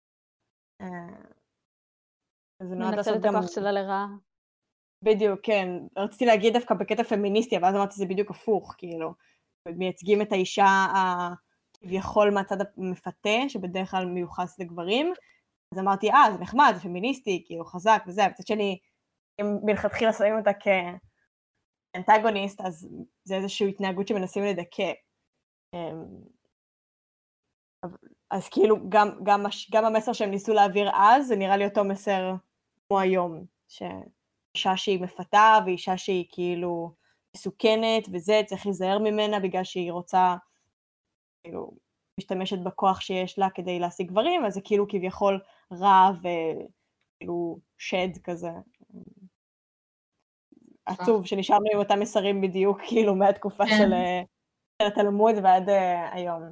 מנצל את הכוח שלה לרעה. בדיוק, כן. רציתי להגיד דווקא בקטע פמיניסטי, אבל אז אמרתי שזה בדיוק הפוך, כאילו. מייצגים את האישה כביכול מהצד המפתה, שבדרך כלל מיוחס לגברים. אז אמרתי, אה, זה נחמד, זה פמיניסטי, כאילו, חזק וזה. וקצת שני, אם מלכתחילה שמים אותה כאנטגוניסט, אז זה איזושהי התנהגות שמנסים לדכא. אז כאילו גם, גם, גם המסר שהם ניסו להעביר אז, זה נראה לי אותו מסר כמו היום, שאישה שהיא מפתה, ואישה שהיא כאילו מסוכנת, וזה צריך להיזהר ממנה, בגלל שהיא רוצה, כאילו, משתמשת בכוח שיש לה כדי להשיג גברים, אז זה כאילו כביכול רע וכאילו שד כזה. עצוב, שנשארנו עם אותם מסרים בדיוק, כאילו, מהתקופה של התלמוד ועד היום.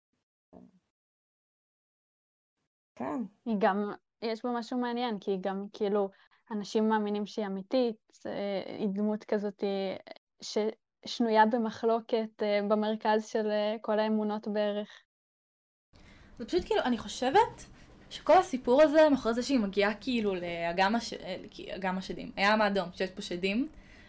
כן. היא גם, יש בה משהו מעניין, כי היא גם, כאילו, אנשים מאמינים שהיא אמיתית, היא דמות כזאת ששנויה במחלוקת במרכז של כל האמונות בערך. זה פשוט כאילו, אני חושבת שכל הסיפור הזה, מאחורי זה שהיא מגיעה כאילו לאגם הש... השדים, הים האדום, שיש פה שדים,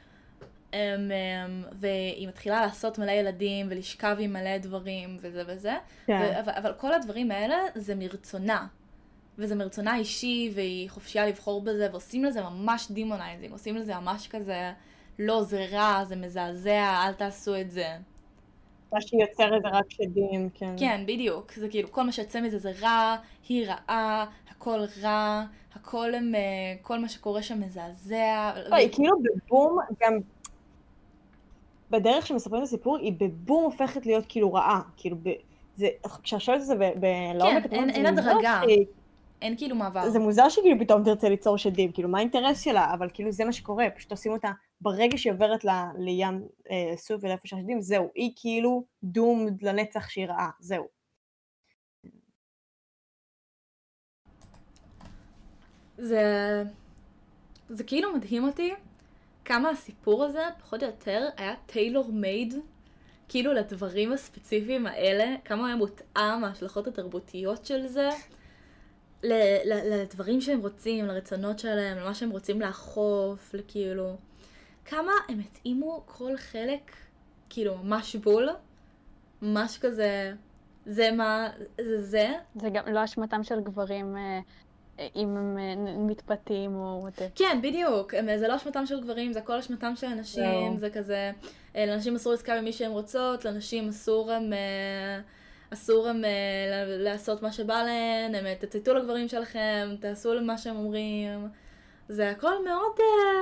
והיא מתחילה לעשות מלא ילדים ולשכב עם מלא דברים וזה וזה, אבל, אבל כל הדברים האלה זה מרצונה, וזה מרצונה אישי, והיא חופשייה לבחור בזה, ועושים לזה ממש דימונייזינג, עושים לזה ממש כזה, לא, זה רע, זה מזעזע, אל תעשו את זה. מה שיוצר את זה רק שדים, כן. כן, בדיוק. זה כאילו, כל מה שיוצא מזה זה רע, היא רעה, הכל רע, הכל, כל מה שקורה שם מזעזע. לא, היא כאילו בבום, גם בדרך שמספרים את הסיפור, היא בבום הופכת להיות כאילו רעה. כאילו, כשאשאל את זה בלעומק, כן, אין הדרגה. אין כאילו מעבר. זה מוזר שכאילו פתאום תרצה ליצור שדים, כאילו מה האינטרס שלה, אבל כאילו זה מה שקורה, פשוט עושים אותה ברגע שהיא עוברת לים סוף ולאיפה של השדים, זהו, היא כאילו דומד לנצח שהיא רעה, זהו. זה, זה כאילו מדהים אותי כמה הסיפור הזה, פחות או יותר, היה טיילור מייד, כאילו לדברים הספציפיים האלה, כמה היה מותאם, ההשלכות התרבותיות של זה, לדברים שהם רוצים, לרצונות שלהם, למה שהם רוצים לאכוף, לכאילו, כמה הם התאימו כל חלק, כאילו, ממש בול, ממש כזה, זה מה, זה זה. זה גם לא אשמתם של גברים, אם הם מתפתים או וואטאבר. כן, בדיוק, זה לא אשמתם של גברים, זה הכל אשמתם של אנשים, זה כזה, לאנשים אסור לזכר במי שהם רוצות, לאנשים אסור הם... אסור הם לעשות מה שבא להן, הם תצייתו לגברים שלכם, תעשו למה שהם אומרים. זה הכל מאוד...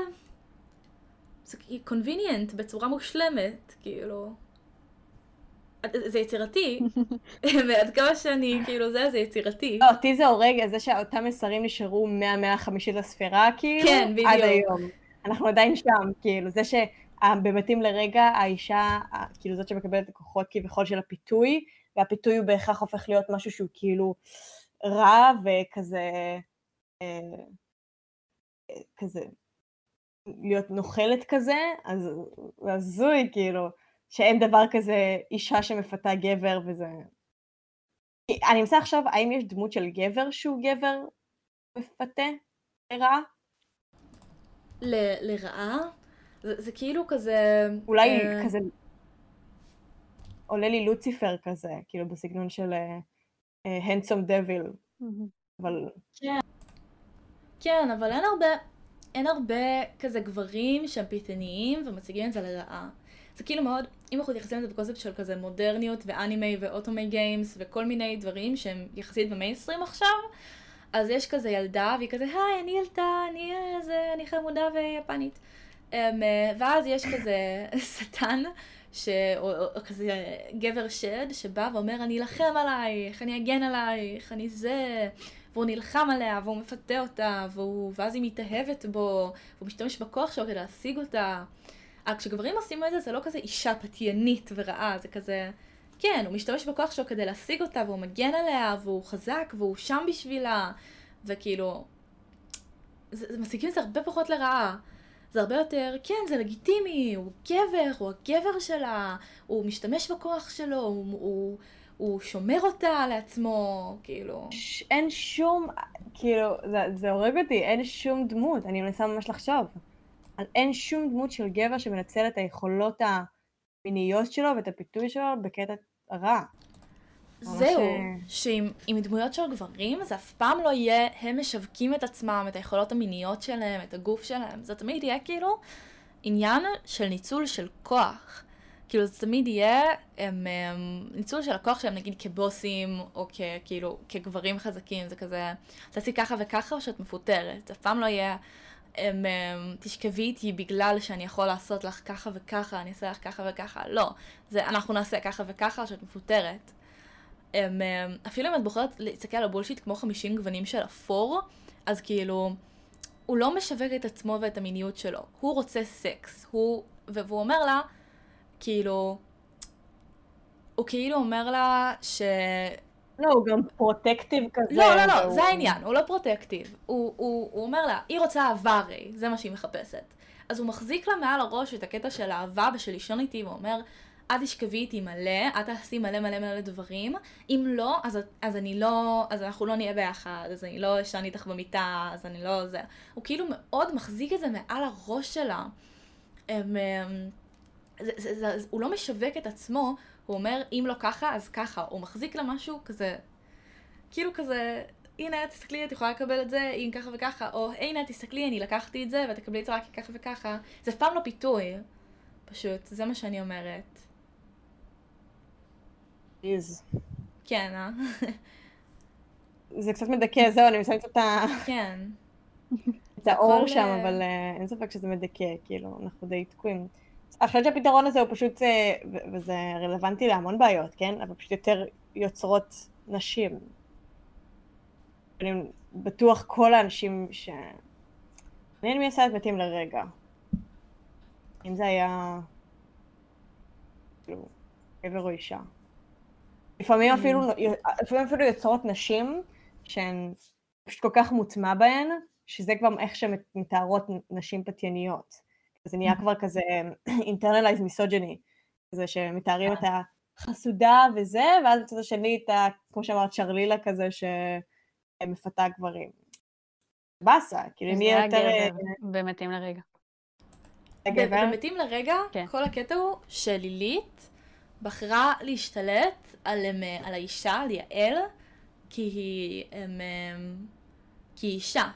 זה convenient, בצורה מושלמת, כאילו. זה יצירתי, ועד כמה שאני, כאילו זה, זה יצירתי. לא, אותי זה הורג, זה שאותם מסרים נשארו מהמאה החמישית לספירה, כאילו, כן, בדיוק. עד היום. אנחנו עדיין שם, כאילו, זה שבמתים לרגע, האישה, כאילו זאת שמקבלת את הכוחות כביכול של הפיתוי, והפיתוי הוא בהכרח הופך להיות משהו שהוא כאילו רע וכזה, אה, כזה, להיות נוחלת כזה, אז הזוי כאילו, שאין דבר כזה אישה שמפתה גבר וזה. אני מנסה עכשיו, האם יש דמות של גבר שהוא גבר מפתה לרעה? ל- לרעה? זה, זה כאילו כזה... אולי אה... כזה... עולה לי לוציפר כזה, כאילו בסגנון של הנדסום דביל, אבל... כן. כן, אבל אין הרבה, אין הרבה כזה גברים שהם פיתניים ומציגים את זה לרעה. זה כאילו מאוד, אם אנחנו מתייחסים לזה בקונספט של כזה מודרניות ואנימי ואוטומי גיימס וכל מיני דברים שהם יחסית במיינסטרים עכשיו, אז יש כזה ילדה והיא כזה, היי, אני ילדה, אני איזה, אני חמודה ויפנית. ואז יש כזה שטן, או כזה גבר שד שבא ואומר אני אלחם עלייך, אני אגן עלייך, אני זה, והוא נלחם עליה והוא מפתה אותה, והוא, ואז היא מתאהבת בו, והוא משתמש בכוח שלו כדי להשיג אותה. כשגברים עושים את זה, זה לא כזה אישה פתיינית ורעה, זה כזה, כן, הוא משתמש בכוח שלו כדי להשיג אותה, והוא מגן עליה, והוא חזק, והוא שם בשבילה, וכאילו, זה, זה משיגים את זה הרבה פחות לרעה. זה הרבה יותר, כן, זה לגיטימי, הוא גבר, הוא הגבר שלה, הוא משתמש בכוח שלו, הוא, הוא, הוא שומר אותה לעצמו, כאילו. ש- אין שום, כאילו, זה, זה הורג אותי, אין שום דמות, אני מנסה ממש לחשוב. אין שום דמות של גבר שמנצל את היכולות המיניות שלו ואת הפיתוי שלו בקטע רע. זהו, ש... שעם דמויות של גברים זה אף פעם לא יהיה, הם משווקים את עצמם, את היכולות המיניות שלהם, את הגוף שלהם, זה תמיד יהיה כאילו עניין של ניצול של כוח. כאילו זה תמיד יהיה הם, הם, ניצול של הכוח שלהם נגיד כבוסים או כ, כאילו כגברים חזקים, זה כזה תעשי ככה וככה או שאת מפוטרת, אף פעם לא יהיה הם, הם, תשכבי איתי בגלל שאני יכול לעשות לך ככה וככה, אני אעשה לך ככה וככה, לא, זה אנחנו נעשה ככה וככה או שאת מפוטרת. הם, הם, אפילו אם את בוחרת להסתכל על הבולשיט כמו חמישים גוונים של אפור, אז כאילו הוא לא משווק את עצמו ואת המיניות שלו, הוא רוצה סקס, הוא, והוא אומר לה כאילו, הוא כאילו אומר לה ש... לא, הוא גם פרוטקטיב כזה. לא, לא, לא, והוא... זה העניין, הוא לא פרוטקטיב. הוא, הוא, הוא אומר לה, היא רוצה אהבה הרי, זה מה שהיא מחפשת. אז הוא מחזיק לה מעל הראש את הקטע של האהבה ושל לישון איתי, והוא אומר, את תשכבי איתי מלא, את תעשי מלא מלא מלא דברים, אם לא, אז, אז אני לא, אז אנחנו לא נהיה ביחד, אז אני לא אשן איתך במיטה, אז אני לא זה. הוא כאילו מאוד מחזיק את זה מעל הראש שלה. הם... זה, זה, זה, זה, הוא לא משווק את עצמו, הוא אומר, אם לא ככה, אז ככה. הוא מחזיק לה משהו כזה, כאילו כזה, הנה, תסתכלי, את יכולה לקבל את זה, אם ככה וככה, או הנה, תסתכלי, אני לקחתי את זה, ותקבלי את זה רק ככה וככה. זה אף פעם לא פיתוי, פשוט, זה מה שאני אומרת. איז. כן, אה? זה קצת מדכא, זהו, אני מסיימת את ה... כן. את האור שם, אבל אין ספק שזה מדכא, כאילו, אנחנו די תקועים. אני חושבת שהפתרון הזה הוא פשוט, וזה רלוונטי להמון בעיות, כן? אבל פשוט יותר יוצרות נשים. אני בטוח כל האנשים ש... אני מי עשה את מתים לרגע. אם זה היה... כאילו, גבר או אישה. לפעמים אפילו, לפעמים אפילו יוצרות נשים שהן פשוט כל כך מוטמע בהן, שזה כבר איך שהן מתארות נשים פתייניות. זה נהיה כבר כזה internalized misogyny, כזה שמתארים את החסודה וזה, ואז בצד השני את ה... כמו שאמרת, שרלילה כזה שמפתה גברים. בסה, כאילו אם יהיה יותר... במתים לרגע. במתים לרגע, כל הקטע הוא שלילית בחרה להשתלט על, על האישה, על יעל, כי היא, הם, כי היא אישה.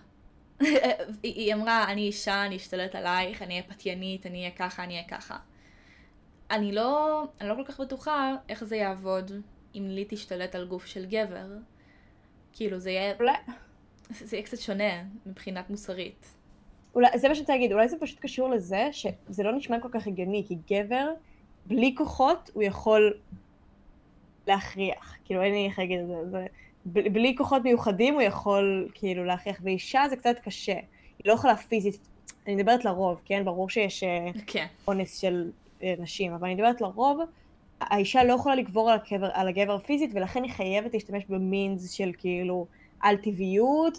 היא אמרה, אני אישה, אני אשתלט עלייך, אני אהיה פתיינית, אני אהיה ככה, אני אהיה ככה. אני לא, אני לא כל כך בטוחה איך זה יעבוד אם לי תשתלט על גוף של גבר. כאילו זה יהיה, אולי... זה יהיה קצת שונה מבחינת מוסרית. אולי, זה מה שאתה להגיד, אולי זה פשוט קשור לזה שזה לא נשמע כל כך הגיוני, כי גבר, בלי כוחות, הוא יכול להכריח. כאילו, אין לי איך להגיד את זה, זה... בלי כוחות מיוחדים הוא יכול כאילו להכריח, ואישה זה קצת קשה, היא לא יכולה פיזית, אני מדברת לרוב, כן? ברור שיש כן. אונס של נשים, אבל אני מדברת לרוב, האישה לא יכולה לגבור על הגבר, על הגבר פיזית, ולכן היא חייבת להשתמש במינס של כאילו על טבעיות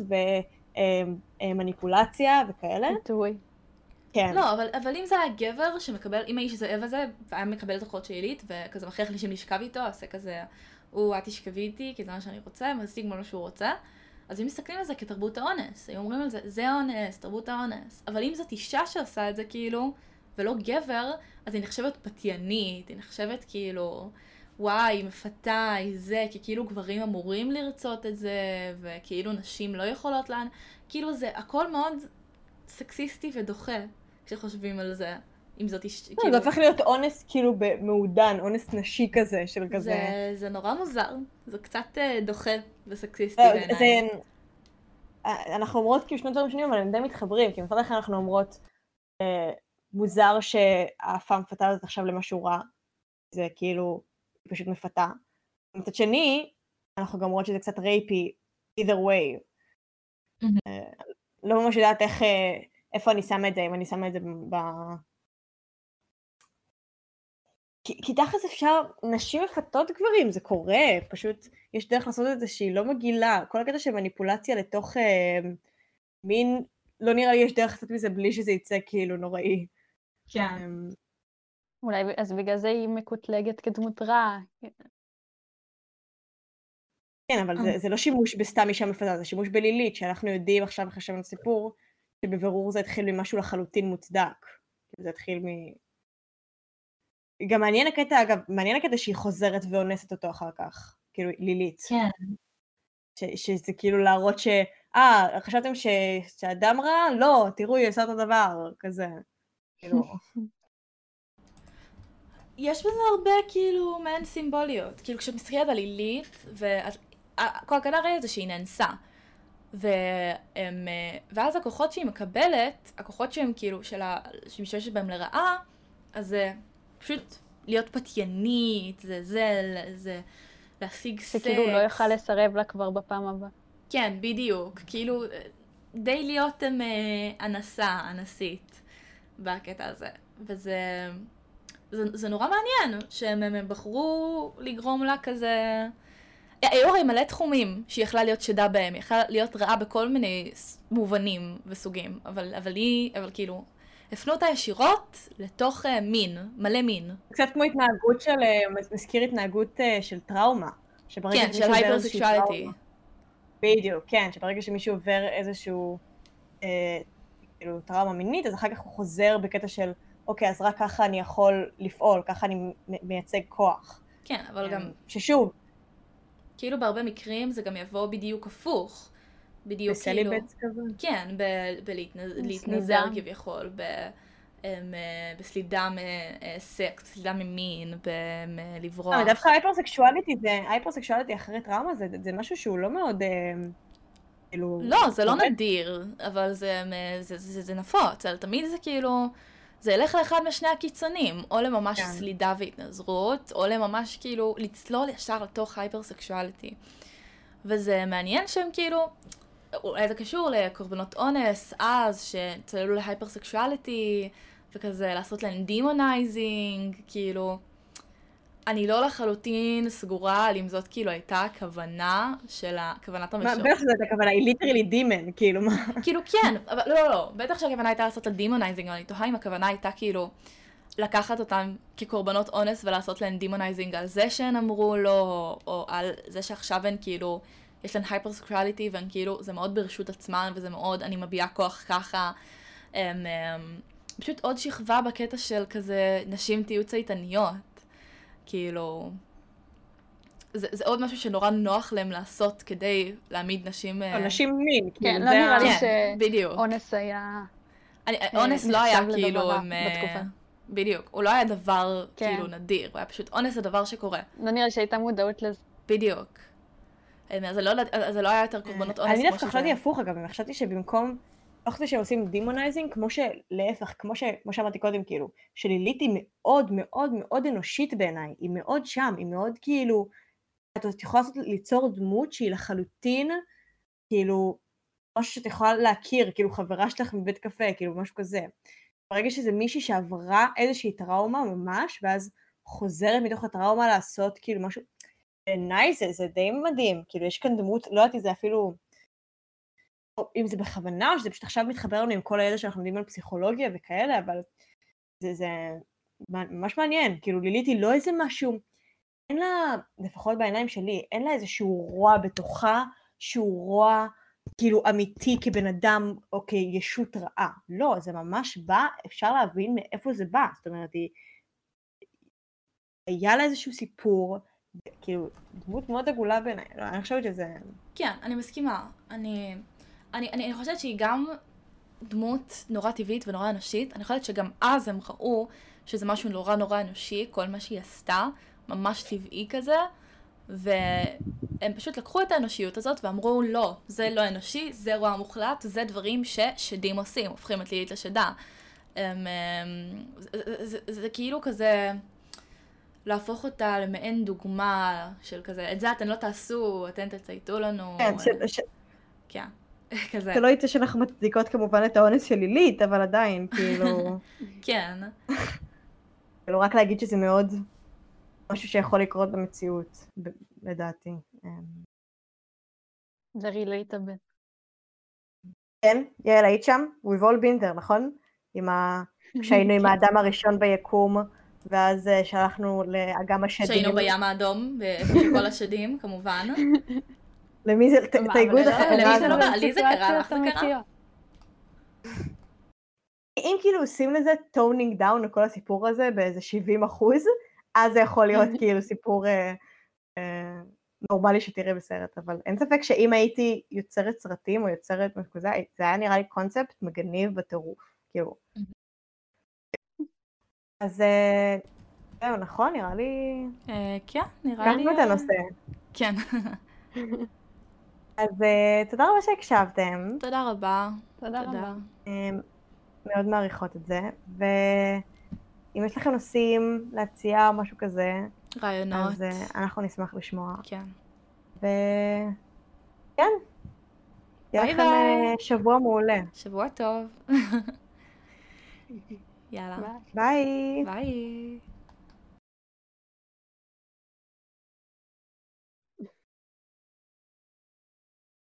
ומניפולציה וכאלה. פיתוי. כן. לא, אבל, אבל אם זה היה גבר שמקבל, אם האיש זאב הזה, והיה מקבל את אחות שלילית, וכזה מכריח נשים לשכב איתו, עושה כזה... הוא, את תשכבי איתי, כי זה מה שאני רוצה, משיג מה שהוא רוצה. אז אם מסתכלים על זה כתרבות האונס, היו אומרים על זה, זה אונס, תרבות האונס. אבל אם זאת אישה שעושה את זה כאילו, ולא גבר, אז היא נחשבת פתיינית, היא נחשבת כאילו, וואי, היא מפתה, היא זה, כי כאילו גברים אמורים לרצות את זה, וכאילו נשים לא יכולות להן, כאילו זה הכל מאוד סקסיסטי ודוחה, כשחושבים על זה. אם זאת איש... לא, זה הופך להיות אונס כאילו מעודן, אונס נשי כזה, של כזה... זה, זה נורא מוזר, זה קצת דוחה וסקסיסטי בעיניי. אנחנו אומרות כאילו שני דברים שונים, אבל הם די מתחברים, כי מצד אחד אנחנו אומרות, מוזר שהאפה מפתה הזאת עכשיו למשהו רע, זה כאילו פשוט מפתה. מצד שני, אנחנו גם אומרות שזה קצת רייפי, either way. לא ממש יודעת איך, איפה אני שמה את זה, אם אני שמה את זה ב... כי, כי תכלס אפשר, נשים מפתות גברים, זה קורה, פשוט יש דרך לעשות את זה שהיא לא מגילה, כל הקטע של מניפולציה לתוך אה, מין, לא נראה לי יש דרך לעשות מזה בלי שזה יצא כאילו נוראי. כן. אולי אז בגלל זה היא מקוטלגת כדמות רע. כן, אבל זה, זה לא שימוש בסתם אישה מפתה, זה שימוש בלילית, שאנחנו יודעים עכשיו אחרי שם סיפור, שבבירור זה התחיל ממשהו לחלוטין מוצדק. זה התחיל מ... גם מעניין הקטע, אגב, מעניין הקטע שהיא חוזרת ואונסת אותו אחר כך, כאילו לילית. כן. ש- שזה כאילו להראות ש... אה, חשבתם ש... שהאדם רע? לא, תראו, היא עושה אותו דבר, כזה. כאילו... יש בזה הרבה כאילו מעין סימבוליות, כאילו כשאת מסתכלת על לילית, וכל הכנה ראית זה שהיא נאנסה, והם, ואז הכוחות שהיא מקבלת, הכוחות שהם כאילו, שלה, שהיא משתמשת בהם לרעה, אז זה פשוט להיות פתיינית, זה זה, זה להשיג סקס. שכאילו לא יוכל לסרב לה כבר בפעם הבאה. כן, בדיוק, כאילו די להיות הם, אנסה, אנסית בקטע הזה, וזה זה, זה נורא מעניין שהם הם בחרו לגרום לה כזה, היו הרי מלא תחומים שהיא יכלה להיות שדה בהם, היא יכלה להיות רעה בכל מיני מובנים וסוגים, אבל, אבל היא, אבל כאילו, הפנו אותה ישירות לתוך uh, מין, מלא מין. קצת כמו התנהגות של, מזכיר התנהגות uh, של טראומה. כן, של הייפרסקשואליטי. בדיוק, כן, שברגע שמישהו עובר איזשהו אה, כאילו טראומה מינית, אז אחר כך הוא חוזר בקטע של, אוקיי, אז רק ככה אני יכול לפעול, ככה אני מייצג כוח. כן, אבל גם... ששוב. כאילו בהרבה מקרים זה גם יבוא בדיוק הפוך. בדיוק כאילו... בסליבץ כזה? כן, בלהתנזר כביכול, בסלידה מסקס, בסלידה ממין, בלברוח. לא, דווקא הייפרסקשואליטי, הייפרסקשואליטי אחרי טראומה, זה משהו שהוא לא מאוד... לא, זה לא נדיר, אבל זה נפוץ, אבל תמיד זה כאילו... זה ילך לאחד משני הקיצונים, או לממש סלידה והתנזרות, או לממש כאילו לצלול ישר לתוך הייפרסקשואליטי. וזה מעניין שהם כאילו, אולי זה קשור לקורבנות אונס, אז שצללו להייפרסקשואליטי, וכזה לעשות להם דימונייזינג, כאילו, אני לא לחלוטין סגורה על אם זאת כאילו הייתה הכוונה של הכוונת המשור. מה, בטח זאת הכוונה, היא ליטרלי דימן, כאילו מה? כאילו כן, אבל לא, לא, לא, בטח שהכוונה הייתה לעשות לדימונייזינג, אבל אני תוהה אם הכוונה הייתה כאילו לקחת אותם כקורבנות אונס ולעשות להם דימונייזינג על זה שהן אמרו לו, או, או על זה שעכשיו הן כאילו, יש להן הייפרסקשואליטי והן כאילו, זה מאוד ברשות עצמן וזה מאוד, אני מביעה כוח ככה, הם, הם, פשוט עוד שכבה בקטע של כזה נשים תהיו צייתניות. כאילו, זה, זה עוד משהו שנורא נוח להם לעשות כדי להעמיד נשים... נשים מין, כן, לא נראה לי שאונס היה... אונס לא היה כאילו... בדיוק, הוא לא היה דבר כאילו נדיר, הוא היה פשוט אונס הדבר שקורה. לא נראה לי שהייתה מודעות לזה. בדיוק. אז זה לא היה יותר קורבנות אונס כמו שזה... אני דווקא חשבתי הפוך אגב, אני חשבתי שבמקום... לא חושבת שהם עושים דימונייזינג, כמו שלהפך, כמו, ש, כמו שאמרתי קודם, כאילו, שלילית היא מאוד מאוד מאוד אנושית בעיניי, היא מאוד שם, היא מאוד כאילו, את יכולה לעשות, ליצור דמות שהיא לחלוטין, כאילו, משהו שאת יכולה להכיר, כאילו חברה שלך מבית קפה, כאילו משהו כזה. ברגע שזה מישהי שעברה איזושהי טראומה ממש, ואז חוזרת מתוך הטראומה לעשות כאילו משהו, בעיניי זה, זה די מדהים, כאילו יש כאן דמות, לא יודעת, זה אפילו... אם זה בכוונה, או שזה פשוט עכשיו מתחבר לנו עם כל הידע שאנחנו יודעים על פסיכולוגיה וכאלה, אבל זה, זה ממש מעניין, כאילו לילית היא לא איזה משהו, אין לה, לפחות בעיניים שלי, אין לה איזשהו רוע בתוכה, שהוא רוע כאילו אמיתי כבן אדם, או כישות רעה, לא, זה ממש בא, אפשר להבין מאיפה זה בא, זאת אומרת, היא, היה לה איזשהו סיפור, כאילו, דמות מאוד עגולה בעיניי, לא, אני חושבת שזה... כן, אני מסכימה, אני... אני, אני, אני חושבת שהיא גם דמות נורא טבעית ונורא אנושית. אני חושבת שגם אז הם ראו שזה משהו נורא נורא אנושי, כל מה שהיא עשתה, ממש טבעי כזה, והם פשוט לקחו את האנושיות הזאת ואמרו, לא, זה לא אנושי, זה רוע מוחלט, זה דברים ששדים עושים, הופכים את לילית לשדה. הם, זה, זה, זה, זה כאילו כזה להפוך אותה למעין דוגמה של כזה, את זה אתן לא תעשו, אתן תצייתו לנו. כן, ש... כן. כזה. זה לא יצא שאנחנו מצדיקות כמובן את האונס של לילית, אבל עדיין, כאילו... כן. כאילו, רק להגיד שזה מאוד משהו שיכול לקרות במציאות, לדעתי. זה relatable. כן, יעל, היית שם? We've all been there, נכון? כשהיינו עם האדם הראשון ביקום, ואז שלחנו לאגם השדים. שהיינו בים האדום, בכל השדים, כמובן. למי זה, תייגו את החברה? למי זה לא קרה? לי זה קרה, לך זה קרה? אם כאילו עושים לזה טונינג דאון לכל הסיפור הזה באיזה שבעים אחוז, אז זה יכול להיות כאילו סיפור נורמלי שתראה בסרט, אבל אין ספק שאם הייתי יוצרת סרטים או יוצרת משהו כזה, זה היה נראה לי קונספט מגניב בטירוף, כאילו. אז זהו, נכון? נראה לי... כן, נראה לי... קחנו את הנושא. כן. אז תודה רבה שהקשבתם. תודה רבה. תודה רבה. מאוד מעריכות את זה, ואם יש לכם נושאים להציע או משהו כזה, רעיונות. אז אנחנו נשמח לשמוע. כן. וכן, יהיה לכם שבוע מעולה. שבוע טוב. יאללה. ביי. ביי.